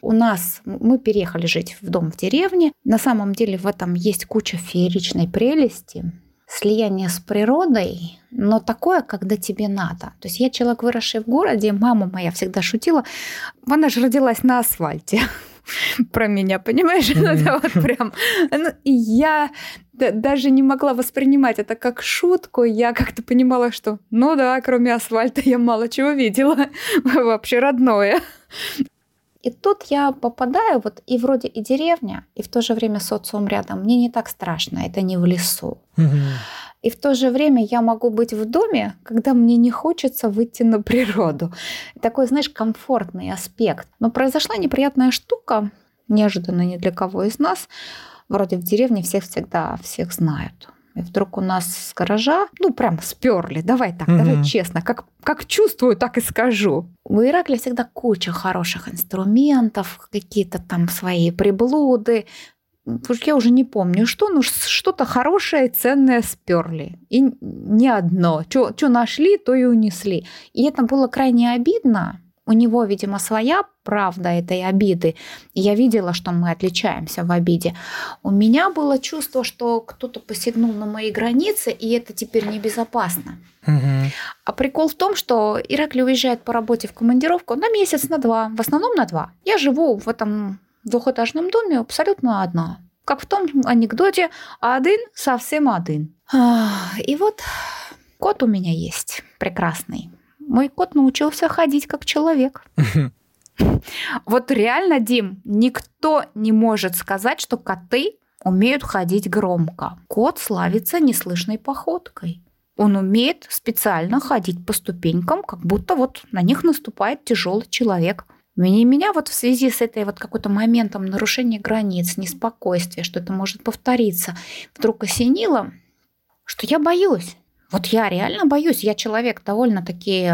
Мы переехали жить в дом в деревне. На самом деле в этом есть куча фееричной прелести, слияние с природой, но такое, когда тебе надо. То есть я человек, выросший в городе, мама моя всегда шутила, она же родилась на асфальте. Про меня, понимаешь? Это вот прям... И я даже не могла воспринимать это как шутку. Я как-то понимала, что, ну да, кроме асфальта я мало чего видела. Вообще родное. И тут я попадаю, вот и вроде и деревня, и в то же время социум рядом. Мне не так страшно, это не в лесу. И в то же время я могу быть в доме, когда мне не хочется выйти на природу. Такой, знаешь, комфортный аспект. Но произошла неприятная штука, неожиданно ни для кого из нас. Вроде в деревне всех знают. И вдруг у нас с гаража, прям сперли. Давай честно, как чувствую, так и скажу. У Иракли всегда куча хороших инструментов, какие-то там свои приблуды. Я уже не помню, что-то хорошее, ценное сперли. И не одно. Что нашли, то и унесли. И это было крайне обидно. У него, видимо, своя правда этой обиды. И я видела, что мы отличаемся в обиде. У меня было чувство, что кто-то посягнул на мои границы, и это теперь небезопасно. А прикол в том, что Иракли уезжает по работе в командировку на месяц, на 2. В основном на 2. Я живу в этом двухэтажном доме абсолютно одна. Как в том анекдоте «один совсем один». И вот кот у меня есть прекрасный. Мой кот научился ходить как человек. Вот реально, Дим, никто не может сказать, что коты умеют ходить громко. Кот славится неслышной походкой. Он умеет специально ходить по ступенькам, как будто вот на них наступает тяжелый человек. Меня вот в связи с этой вот какой-то моментом нарушения границ, неспокойствия, что это может повториться, вдруг осенило, что я боюсь. Вот я реально боюсь. Я человек довольно-таки...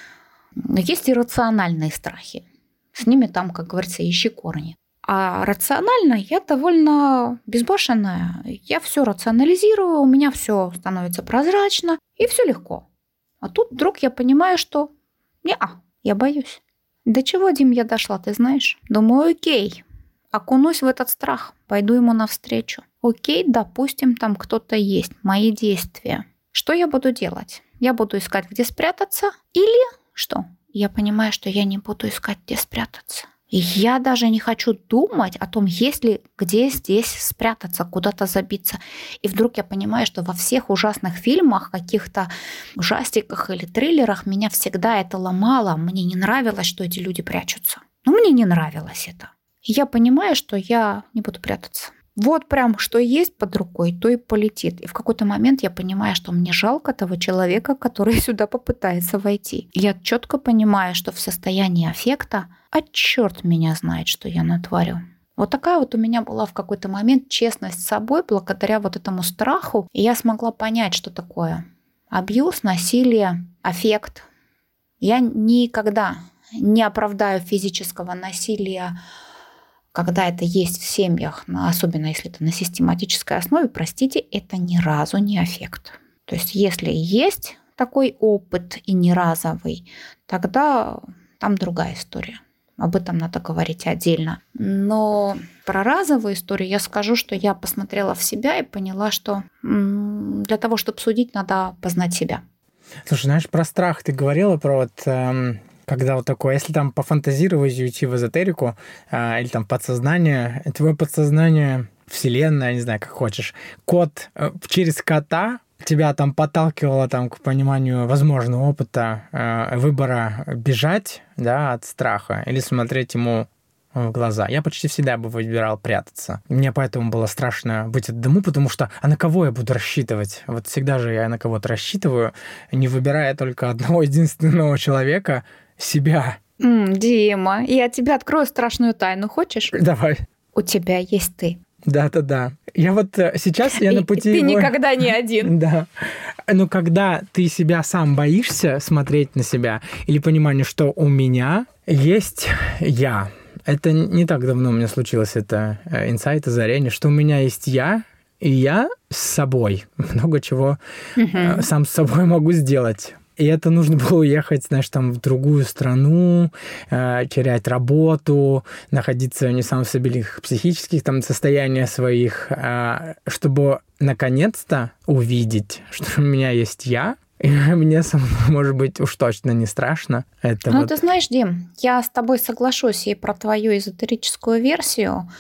Есть иррациональные страхи. С ними там, как говорится, ищи корни. А рационально я довольно безбашенная. Я все рационализирую, у меня все становится прозрачно, и все легко. А тут вдруг я понимаю, что я боюсь. До чего, Дим, я дошла, ты знаешь? Думаю, окей, окунусь в этот страх, пойду ему навстречу. Окей, допустим, там кто-то есть, мои действия. Что я буду делать? Я буду искать, где спрятаться? Или что? Я понимаю, что я не буду искать, где спрятаться. И я даже не хочу думать о том, есть ли где здесь спрятаться, куда-то забиться. И вдруг я понимаю, что во всех ужасных фильмах, каких-то ужастиках или триллерах меня всегда это ломало. Мне не нравилось, что эти люди прячутся. Мне не нравилось это. И я понимаю, что я не буду прятаться. Вот прям что есть под рукой, то и полетит. И в какой-то момент я понимаю, что мне жалко того человека, который сюда попытается войти. Я четко понимаю, что в состоянии аффекта, черт меня знает, что я натворю. Вот такая вот у меня была в какой-то момент честность с собой, благодаря вот этому страху. И я смогла понять, что такое абьюз, насилие, аффект. Я никогда не оправдаю физического насилия, когда это есть в семьях, особенно если это на систематической основе, простите, это ни разу не аффект. То есть если есть такой опыт и не разовый, тогда там другая история. Об этом надо говорить отдельно. Но про разовую историю я скажу, что я посмотрела в себя и поняла, что для того, чтобы судить, надо познать себя. Слушай, знаешь, про страх ты говорила, про когда вот такое, если там пофантазировать и уйти в эзотерику, или там подсознание, твое подсознание, вселенная, не знаю, как хочешь, кот через кота тебя там подталкивало там, к пониманию возможного опыта выбора бежать, да, от страха или смотреть ему в глаза. Я почти всегда бы выбирал прятаться. Мне поэтому было страшно быть одному, потому что на кого я буду рассчитывать? Вот всегда же я на кого-то рассчитываю, не выбирая только одного единственного человека, себя. Дима, я тебе открою страшную тайну. Хочешь? Давай. У тебя есть ты. Да. Я вот сейчас на пути... Ты никогда не один. Да. Но когда ты себя сам боишься смотреть на себя, или понимание, что у меня есть я. Это не так давно у меня случилось, это инсайт, озарение, что у меня есть я, и я с собой. Много чего сам с собой могу сделать. и это нужно было уехать, знаешь, там в другую страну, терять работу, находиться не в самых стабильных психических там состояниях своих, чтобы наконец-то увидеть, что у меня есть я, и мне, может быть, уж точно не страшно. Это Ну, ты знаешь, Дим, я с тобой соглашусь и про твою эзотерическую версию.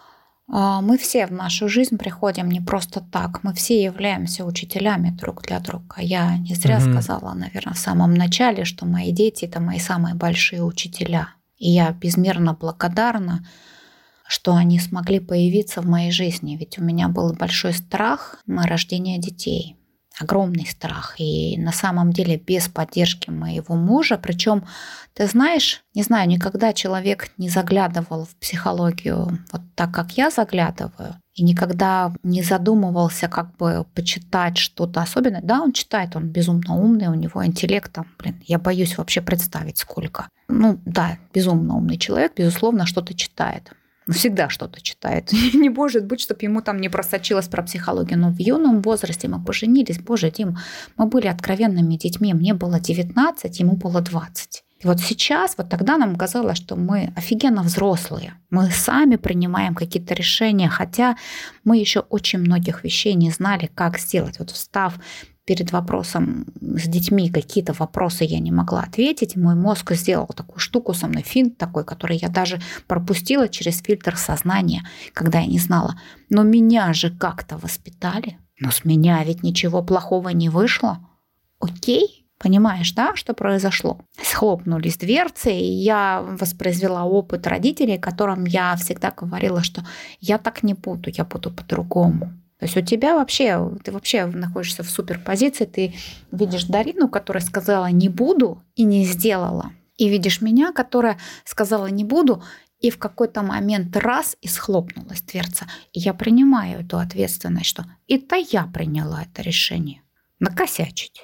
Мы все в нашу жизнь приходим не просто так. Мы все являемся учителями друг для друга. Я не зря сказала, наверное, в самом начале, что мои дети – это мои самые большие учителя. И я безмерно благодарна, что они смогли появиться в моей жизни. Ведь у меня был большой страх на рождение детей. Огромный страх. И на самом деле без поддержки моего мужа, причем, ты знаешь, не знаю, никогда человек не заглядывал в психологию вот так, как я заглядываю, и никогда не задумывался как бы почитать что-то особенное. Да, он читает, он безумно умный, у него интеллект там, я боюсь вообще представить сколько. Ну да, безумно умный человек, безусловно, что-то читает. Всегда что-то читает. Не может быть, чтобы ему там не просочилось про психологию. Но в юном возрасте мы поженились. Боже, Дим, мы были откровенными детьми. Мне было 19, ему было 20. И вот сейчас, вот тогда нам казалось, что мы офигенно взрослые. Мы сами принимаем какие-то решения, хотя мы еще очень многих вещей не знали, как сделать. Вот встав перед вопросом с детьми, какие-то вопросы я не могла ответить, мой мозг сделал такую штуку со мной, финт такой, который я даже пропустила через фильтр сознания, когда я не знала. Но меня же как-то воспитали, но с меня ведь ничего плохого не вышло. Окей? Понимаешь, да, что произошло? Схлопнулись дверцы, и я воспроизвела опыт родителей, которым я всегда говорила, что я так не буду, я буду по-другому. То есть у тебя вообще, ты вообще находишься в суперпозиции, ты видишь Дарину, которая сказала «не буду» и не сделала. И видишь меня, которая сказала «не буду», и в какой-то момент раз и схлопнулась дверца. И я принимаю эту ответственность, что это я приняла это решение. Накосячить.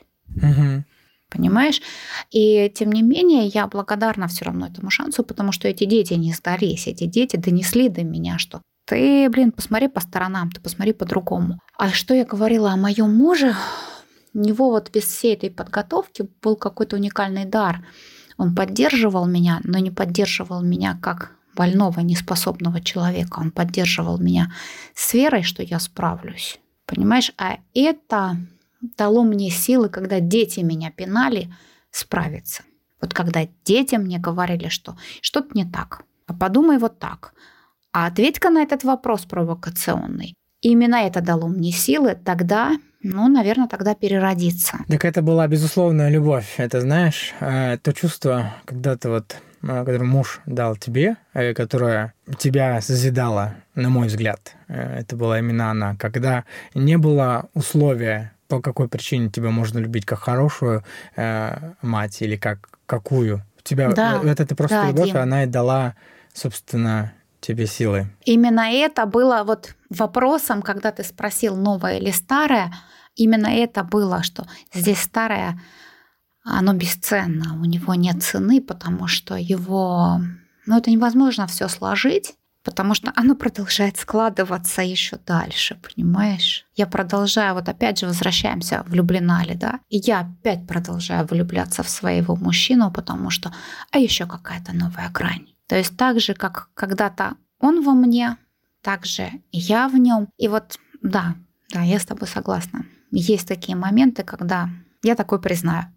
Понимаешь? И тем не менее я благодарна все равно этому шансу, потому что эти дети не сдались, эти дети донесли до меня, что ты, посмотри по сторонам, ты посмотри по-другому. А что я говорила о моем муже? У него вот без всей этой подготовки был какой-то уникальный дар. Он поддерживал меня, но не поддерживал меня как больного, неспособного человека. Он поддерживал меня с верой, что я справлюсь. Понимаешь? А это дало мне силы, когда дети меня пинали, справиться. Вот когда дети мне говорили, что что-то не так, а подумай вот так, а ответь-ка на этот вопрос провокационный. И именно это дало мне силы тогда, наверное, тогда переродиться. Так это была безусловная любовь. Это, знаешь, то чувство, когда ты которое муж дал тебе, которое тебя созидало, на мой взгляд. Это была именно она. Когда не было условия, по какой причине тебя можно любить как хорошую мать или как какую. Тебя это просто любовь, Дим. Она и дала, собственно, тебе силы. Именно это было вот вопросом, когда ты спросил, новое или старое, именно это было, что здесь старое, оно бесценно, у него нет цены, потому что его, это невозможно все сложить, потому что оно продолжает складываться еще дальше, понимаешь? Я продолжаю, опять же возвращаемся, влюблена ли, да? И я опять продолжаю влюбляться в своего мужчину, потому что, еще какая-то новая грань. То есть так же, как когда-то он во мне, так же и я в нем. И да, я с тобой согласна. Есть такие моменты, когда я такое признаю.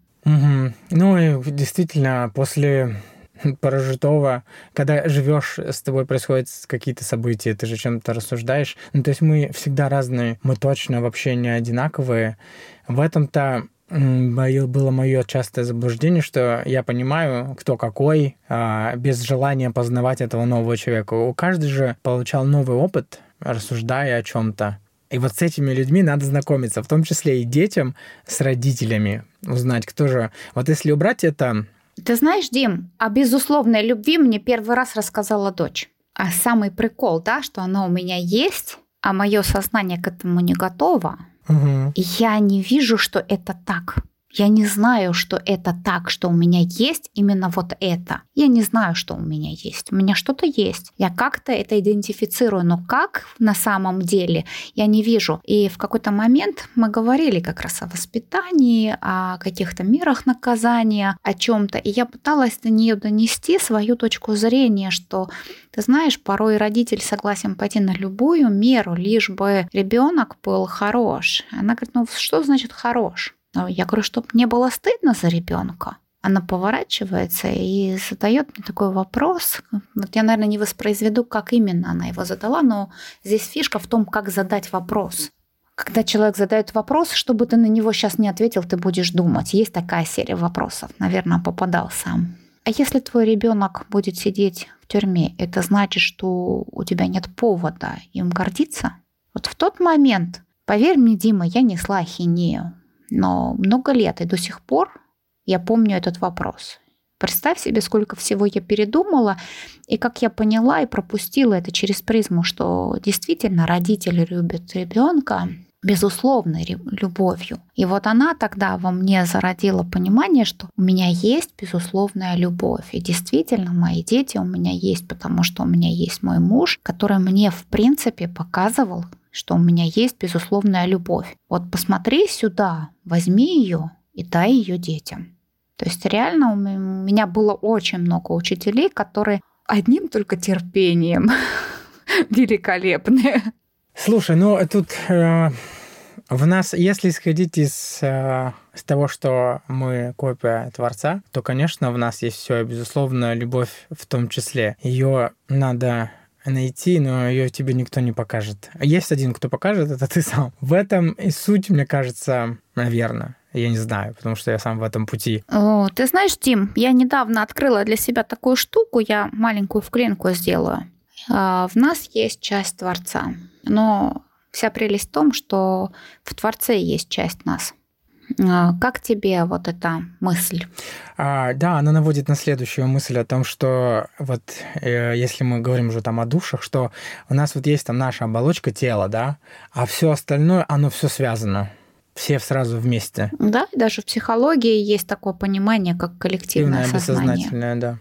И действительно, после прожитого, когда живешь, с тобой происходят какие-то события, ты же чем-то рассуждаешь. То есть мы всегда разные, мы точно вообще не одинаковые. В этом-то было мое частое заблуждение, что я понимаю, кто какой, без желания познавать этого нового человека. У каждого же получал новый опыт, рассуждая о чем-то. И с этими людьми надо знакомиться, в том числе и детям с родителями, узнать, кто же. Если убрать это... Ты знаешь, Дим, о безусловной любви мне первый раз рассказала дочь. А самый прикол, да, что она у меня есть, а мое сознание к этому не готово. И я не вижу, что это так. Я не знаю, что это так, что у меня есть именно вот это. Я не знаю, что у меня есть. У меня что-то есть. Я как-то это идентифицирую, но как на самом деле я не вижу. И в какой-то момент мы говорили как раз о воспитании, о каких-то мерах наказания, о чем-то. И я пыталась до нее донести свою точку зрения, что, ты знаешь, порой родитель согласен пойти на любую меру, лишь бы ребенок был хорош. Она говорит, ну что значит хорош? Я говорю, чтобы не было стыдно за ребенка. Она поворачивается и задает мне такой вопрос. Вот я, наверное, не воспроизведу, как именно она его задала, но здесь фишка в том, как задать вопрос. Когда человек задает вопрос, чтобы ты на него сейчас не ответил, ты будешь думать. Есть такая серия вопросов, наверное, попадал сам. А если твой ребенок будет сидеть в тюрьме, это значит, что у тебя нет повода им гордиться? Вот в тот момент, поверь мне, Дима, я несла ахинею. Но много лет, и до сих пор я помню этот вопрос. Представь себе, сколько всего я передумала, и как я поняла и пропустила это через призму, что действительно родители любят ребенка безусловной любовью. И вот она тогда во мне зародила понимание, что у меня есть безусловная любовь. И действительно, мои дети у меня есть, потому что у меня есть мой муж, который мне, в принципе, показывал, что у меня есть безусловная любовь. Вот посмотри сюда, возьми ее и дай ее детям. То есть реально у меня было очень много учителей, которые одним только терпением великолепные. Слушай, ну тут в нас, если исходить из того, что мы копия Творца, то, конечно, в нас есть все, безусловно, любовь в том числе. Ее надо найти, но ее тебе никто не покажет. Есть один, кто покажет, это ты сам. В этом и суть, мне кажется, наверное. Я не знаю, потому что я сам в этом пути. О, ты знаешь, Тим, я недавно открыла для себя такую штуку, я маленькую вклинку сделаю. В нас есть часть Творца, но вся прелесть в том, что в Творце есть часть нас. Как тебе вот эта мысль? Да, она наводит на следующую мысль о том, что вот если мы говорим уже там о душах, что у нас вот есть там наша оболочка тела, да, а все остальное, оно все связано. Все сразу вместе. Да, и даже в психологии есть такое понимание, как коллективное сознание. Бессознательное, да.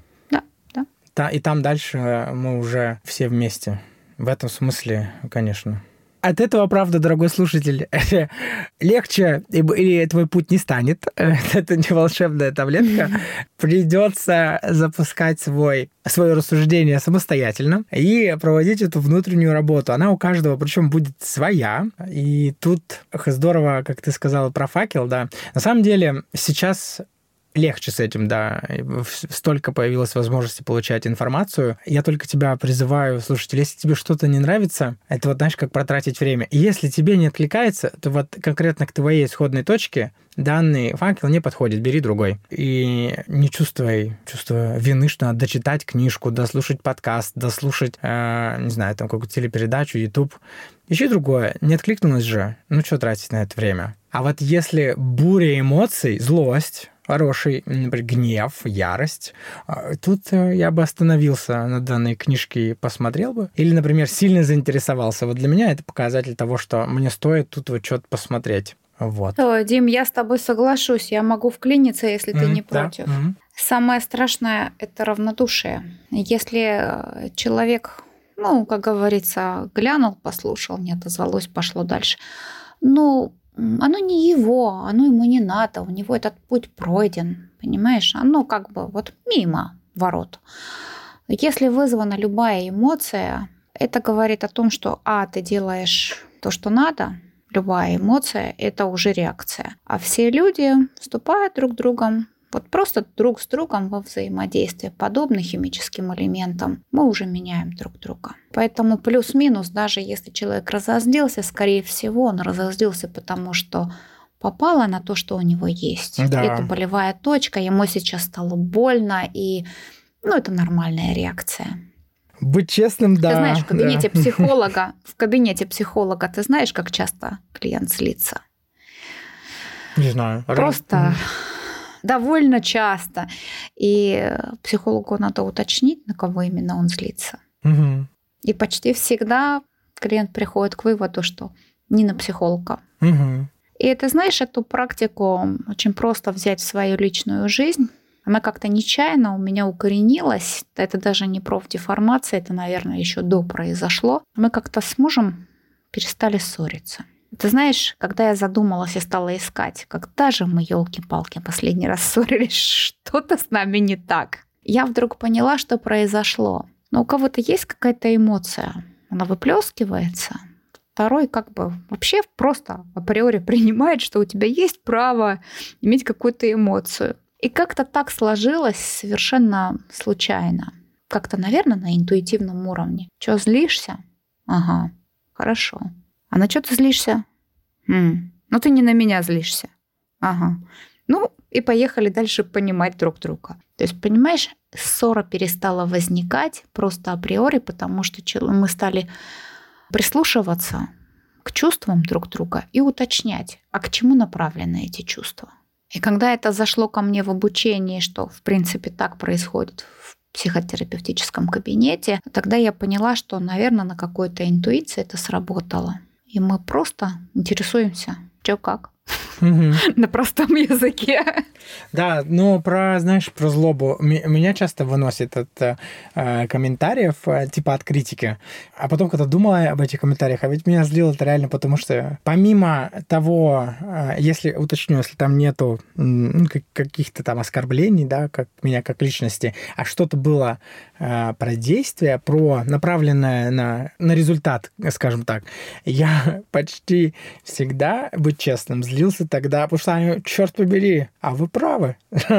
Да. И там дальше мы уже все вместе. В этом смысле, конечно. От этого, правда, дорогой слушатель, легче, или твой путь не станет, это не волшебная таблетка, придется запускать свое рассуждение самостоятельно и проводить эту внутреннюю работу. Она у каждого, причем будет своя. И тут здорово, как ты сказала про факел, да. На самом деле сейчас легче с этим, да. Столько появилось возможности получать информацию. Я только тебя призываю, слушатель, если тебе что-то не нравится, это вот, знаешь, как протратить время. И если тебе не откликается, то вот конкретно к твоей исходной точке данный факел не подходит, бери другой. И не чувствуй вины, что надо дочитать книжку, дослушать подкаст, дослушать, не знаю, там какую-то телепередачу, YouTube. Ищи другое. Не откликнулось же. Ну, что тратить на это время? А вот если буря эмоций, злость, хороший, например, гнев, ярость. Тут я бы остановился на данной книжке и посмотрел бы. Или, например, сильно заинтересовался. Вот для меня это показатель того, что мне стоит тут вот что-то посмотреть. Вот. Дим, я с тобой соглашусь. Я могу вклиниться, если ты не против. Да. Самое страшное – это равнодушие. Если человек, как говорится, глянул, послушал, не отозвалось, пошло дальше. Оно не его, оно ему не надо, у него этот путь пройден, понимаешь? Оно как бы вот мимо ворот. Если вызвана любая эмоция, это говорит о том, что ты делаешь то, что надо. Любая эмоция – это уже реакция. А все люди вступают друг с другом, вот просто друг с другом во взаимодействие, подобно химическим элементам, мы уже меняем друг друга. Поэтому плюс-минус, даже если человек разозлился, скорее всего, он разозлился, потому что попало на то, что у него есть. Да. Это болевая точка, ему сейчас стало больно, и это нормальная реакция. Быть честным, да. Ты знаешь, в кабинете психолога, ты знаешь, как часто клиент злится? Не знаю. Просто довольно часто. И психологу надо уточнить, на кого именно он злится. Угу. И почти всегда клиент приходит к выводу, что не на психолога. Угу. И ты знаешь, эту практику очень просто взять в свою личную жизнь. Она как-то нечаянно у меня укоренилась. Это даже не профдеформация, это, наверное, еще до произошло. Мы как-то с мужем перестали ссориться. Ты знаешь, когда я задумалась и стала искать, когда же мы, елки-палки, последний раз ссорились, что-то с нами не так. Я вдруг поняла, что произошло. Но у кого-то есть какая-то эмоция, она выплескивается. Второй как бы вообще просто априори принимает, что у тебя есть право иметь какую-то эмоцию. И как-то так сложилось совершенно случайно. Как-то, наверное, на интуитивном уровне. Чё, злишься? Ага, хорошо. А на что ты злишься? Ну, ты не на меня злишься. Ага. Ну, и поехали дальше понимать друг друга. То есть, понимаешь, ссора перестала возникать просто априори, потому что мы стали прислушиваться к чувствам друг друга и уточнять, а к чему направлены эти чувства. И когда это зашло ко мне в обучении, что, в принципе, так происходит в психотерапевтическом кабинете, тогда я поняла, что, наверное, на какой-то интуиции это сработало. И мы просто интересуемся, чё как. На простом языке. Да, но про злобу меня часто выносит от комментариев, типа от критики. А потом, когда думала об этих комментариях, а ведь меня злило это реально потому, что помимо того, если там нету каких-то там оскорблений, да, как меня как личности, а что-то было про действие, про направленное на результат, скажем так, я почти всегда, быть честным, злился тогда, потому что они, черт побери, а вы правы.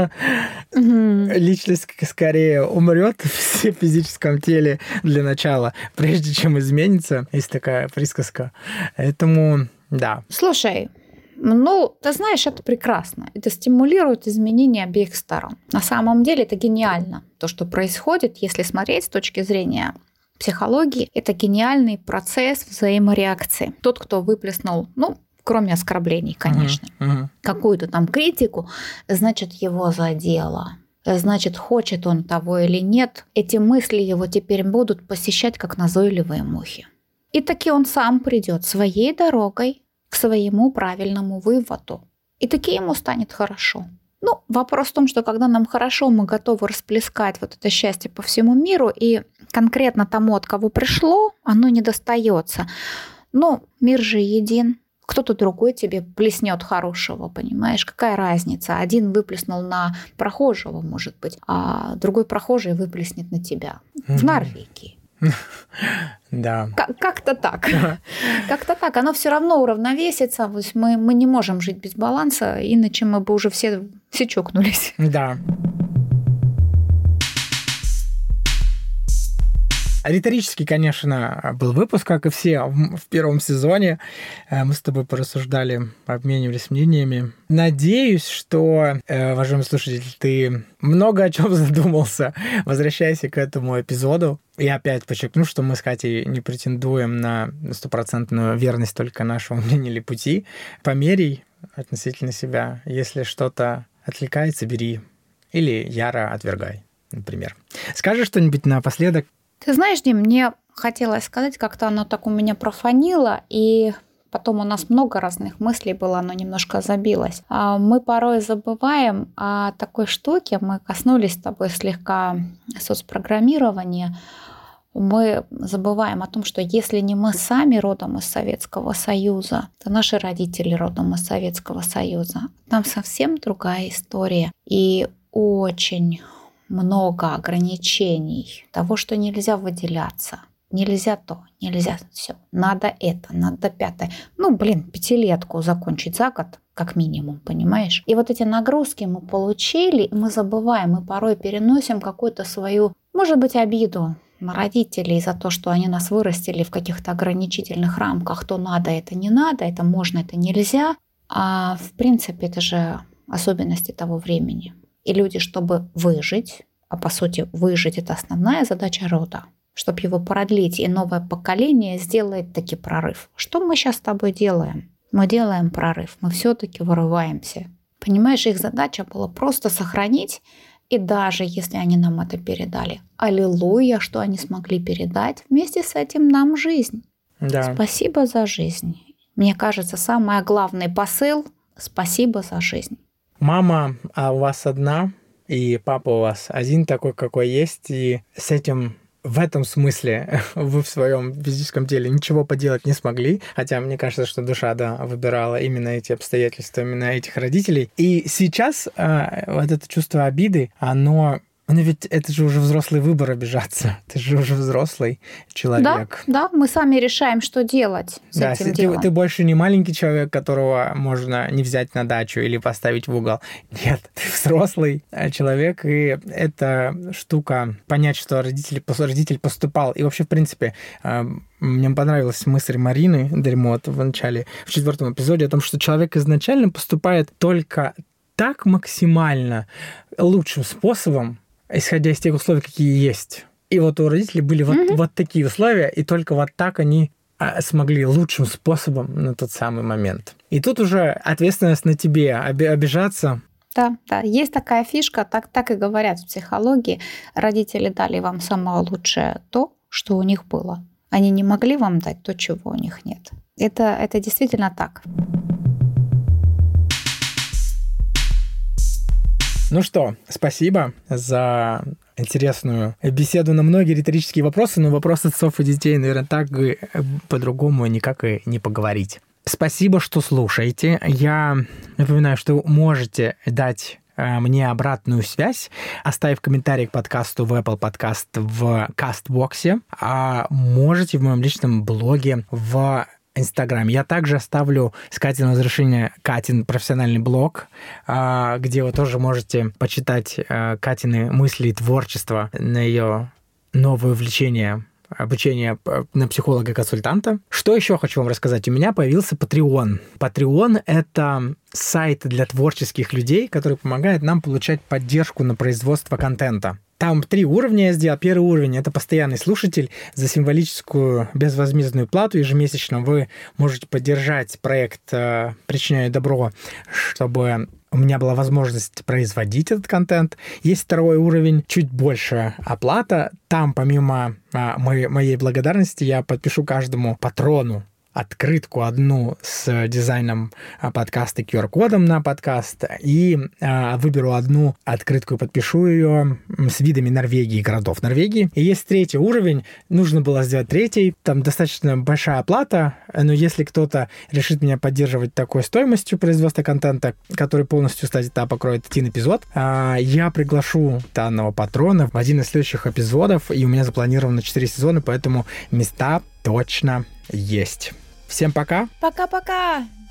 Личность скорее умрет в физическом теле для начала, прежде чем изменится. Есть такая присказка. Поэтому, да. Слушай, ты знаешь, это прекрасно. Это стимулирует изменения обеих сторон. На самом деле это гениально. То, что происходит, если смотреть с точки зрения психологии, это гениальный процесс взаимореакции. Тот, кто выплеснул, кроме оскорблений, конечно, какую-то там критику, значит, его задело. Значит, хочет он того или нет, эти мысли его теперь будут посещать, как назойливые мухи. И таки он сам придет своей дорогой к своему правильному выводу. И таки ему станет хорошо. Вопрос в том, что когда нам хорошо, мы готовы расплескать вот это счастье по всему миру, и конкретно тому, от кого пришло, оно не достается. Мир же един. Кто-то другой тебе плеснет хорошего, понимаешь? Какая разница? Один выплеснул на прохожего, может быть, а другой прохожий выплеснет на тебя. В Норвегии. Да. Как-то так. Как-то так. Оно все равно уравновесится. То есть мы не можем жить без баланса, иначе мы бы уже все чокнулись. Да. Риторический, конечно, был выпуск, как и все в первом сезоне. Мы с тобой порассуждали, обменивались мнениями. Надеюсь, что, уважаемый слушатель, ты много о чем задумался. Возвращайся к этому эпизоду. И опять подчеркну, что мы с Катей не претендуем на 100% верность только нашему мнению или пути. Померяй относительно себя. Если что-то отвлекается, бери. Или яро отвергай, например. Скажи что-нибудь напоследок. Ты знаешь, Дим, мне хотелось сказать, как-то оно так у меня профанило, и потом у нас много разных мыслей было, оно немножко забилось. Мы порой забываем о такой штуке, мы коснулись с тобой слегка соцпрограммирования, мы забываем о том, что если не мы сами родом из Советского Союза, то наши родители родом из Советского Союза. Там совсем другая история, и очень много ограничений, того, что нельзя выделяться, нельзя то, нельзя все, надо это, надо пятое. 5-летку закончить за год, как минимум, понимаешь? И вот эти нагрузки мы получили, и мы забываем, мы порой переносим какую-то свою, может быть, обиду на родителей за то, что они нас вырастили в каких-то ограничительных рамках, то надо, это не надо, это можно, это нельзя. А в принципе, это же особенности того времени. И люди, чтобы выжить, а по сути выжить – это основная задача рода, чтобы его продлить, и новое поколение сделает таки прорыв. Что мы сейчас с тобой делаем? Мы делаем прорыв, мы все-таки вырываемся. Понимаешь, их задача была просто сохранить, и даже если они нам это передали, аллилуйя, что они смогли передать вместе с этим нам жизнь. Да. Спасибо за жизнь. Мне кажется, самый главный посыл – спасибо за жизнь. Мама у вас одна, и папа у вас один такой, какой есть, и с этим в этом смысле вы в своем физическом теле ничего поделать не смогли, хотя мне кажется, что душа, да, выбирала именно эти обстоятельства, именно этих родителей. И сейчас вот это чувство обиды, оно ведь это же уже взрослый выбор обижаться. Ты же уже взрослый человек. Да, мы сами решаем, что делать с этим делом. Ты больше не маленький человек, которого можно не взять на дачу или поставить в угол. Нет, ты взрослый человек, и эта штука, понять, что родитель поступал. И вообще, в принципе, мне понравилась мысль Марины Дерьмот в начале, в 4-м эпизоде, о том, что человек изначально поступает только так максимально лучшим способом, исходя из тех условий, какие есть. И вот у родителей были вот такие условия, и только вот так они смогли лучшим способом на тот самый момент. И тут уже ответственность на тебе обижаться. Да, есть такая фишка, так и говорят в психологии. Родители дали вам самое лучшее то, что у них было. Они не могли вам дать то, чего у них нет. Это действительно так. Ну что, спасибо за интересную беседу на многие риторические вопросы, но вопрос отцов и детей, наверное, так и по-другому никак и не поговорить. Спасибо, что слушаете. Я напоминаю, что вы можете дать мне обратную связь, оставив комментарий к подкасту в Apple Podcast в Кастбоксе, а можете в моем личном блоге в Инстаграм. Я также оставлю с Катиного разрешения Катин профессиональный блог, где вы тоже можете почитать Катины мысли и творчество на ее новое увлечение обучение на психолога-консультанта. Что еще хочу вам рассказать? У меня появился Patreon. Patreon — это сайт для творческих людей, который помогает нам получать поддержку на производство контента. Там 3 уровня я сделал. Первый уровень — это постоянный слушатель. За символическую безвозмездную плату ежемесячно вы можете поддержать проект «Причиняю добро», чтобы у меня была возможность производить этот контент. Есть второй уровень, чуть больше оплата. Там, помимо моей благодарности, я подпишу каждому патрону открытку одну с дизайном подкаста, QR-кодом на подкаст, и выберу одну открытку и подпишу ее с видами Норвегии, городов Норвегии. И есть 3-й уровень, нужно было сделать 3-й, там достаточно большая оплата, но если кто-то решит меня поддерживать такой стоимостью производства контента, который полностью, кстати, покроет 1 эпизод, я приглашу данного патрона в один из следующих эпизодов, и у меня запланировано 4 сезона, поэтому места точно есть. Всем пока. Пока-пока.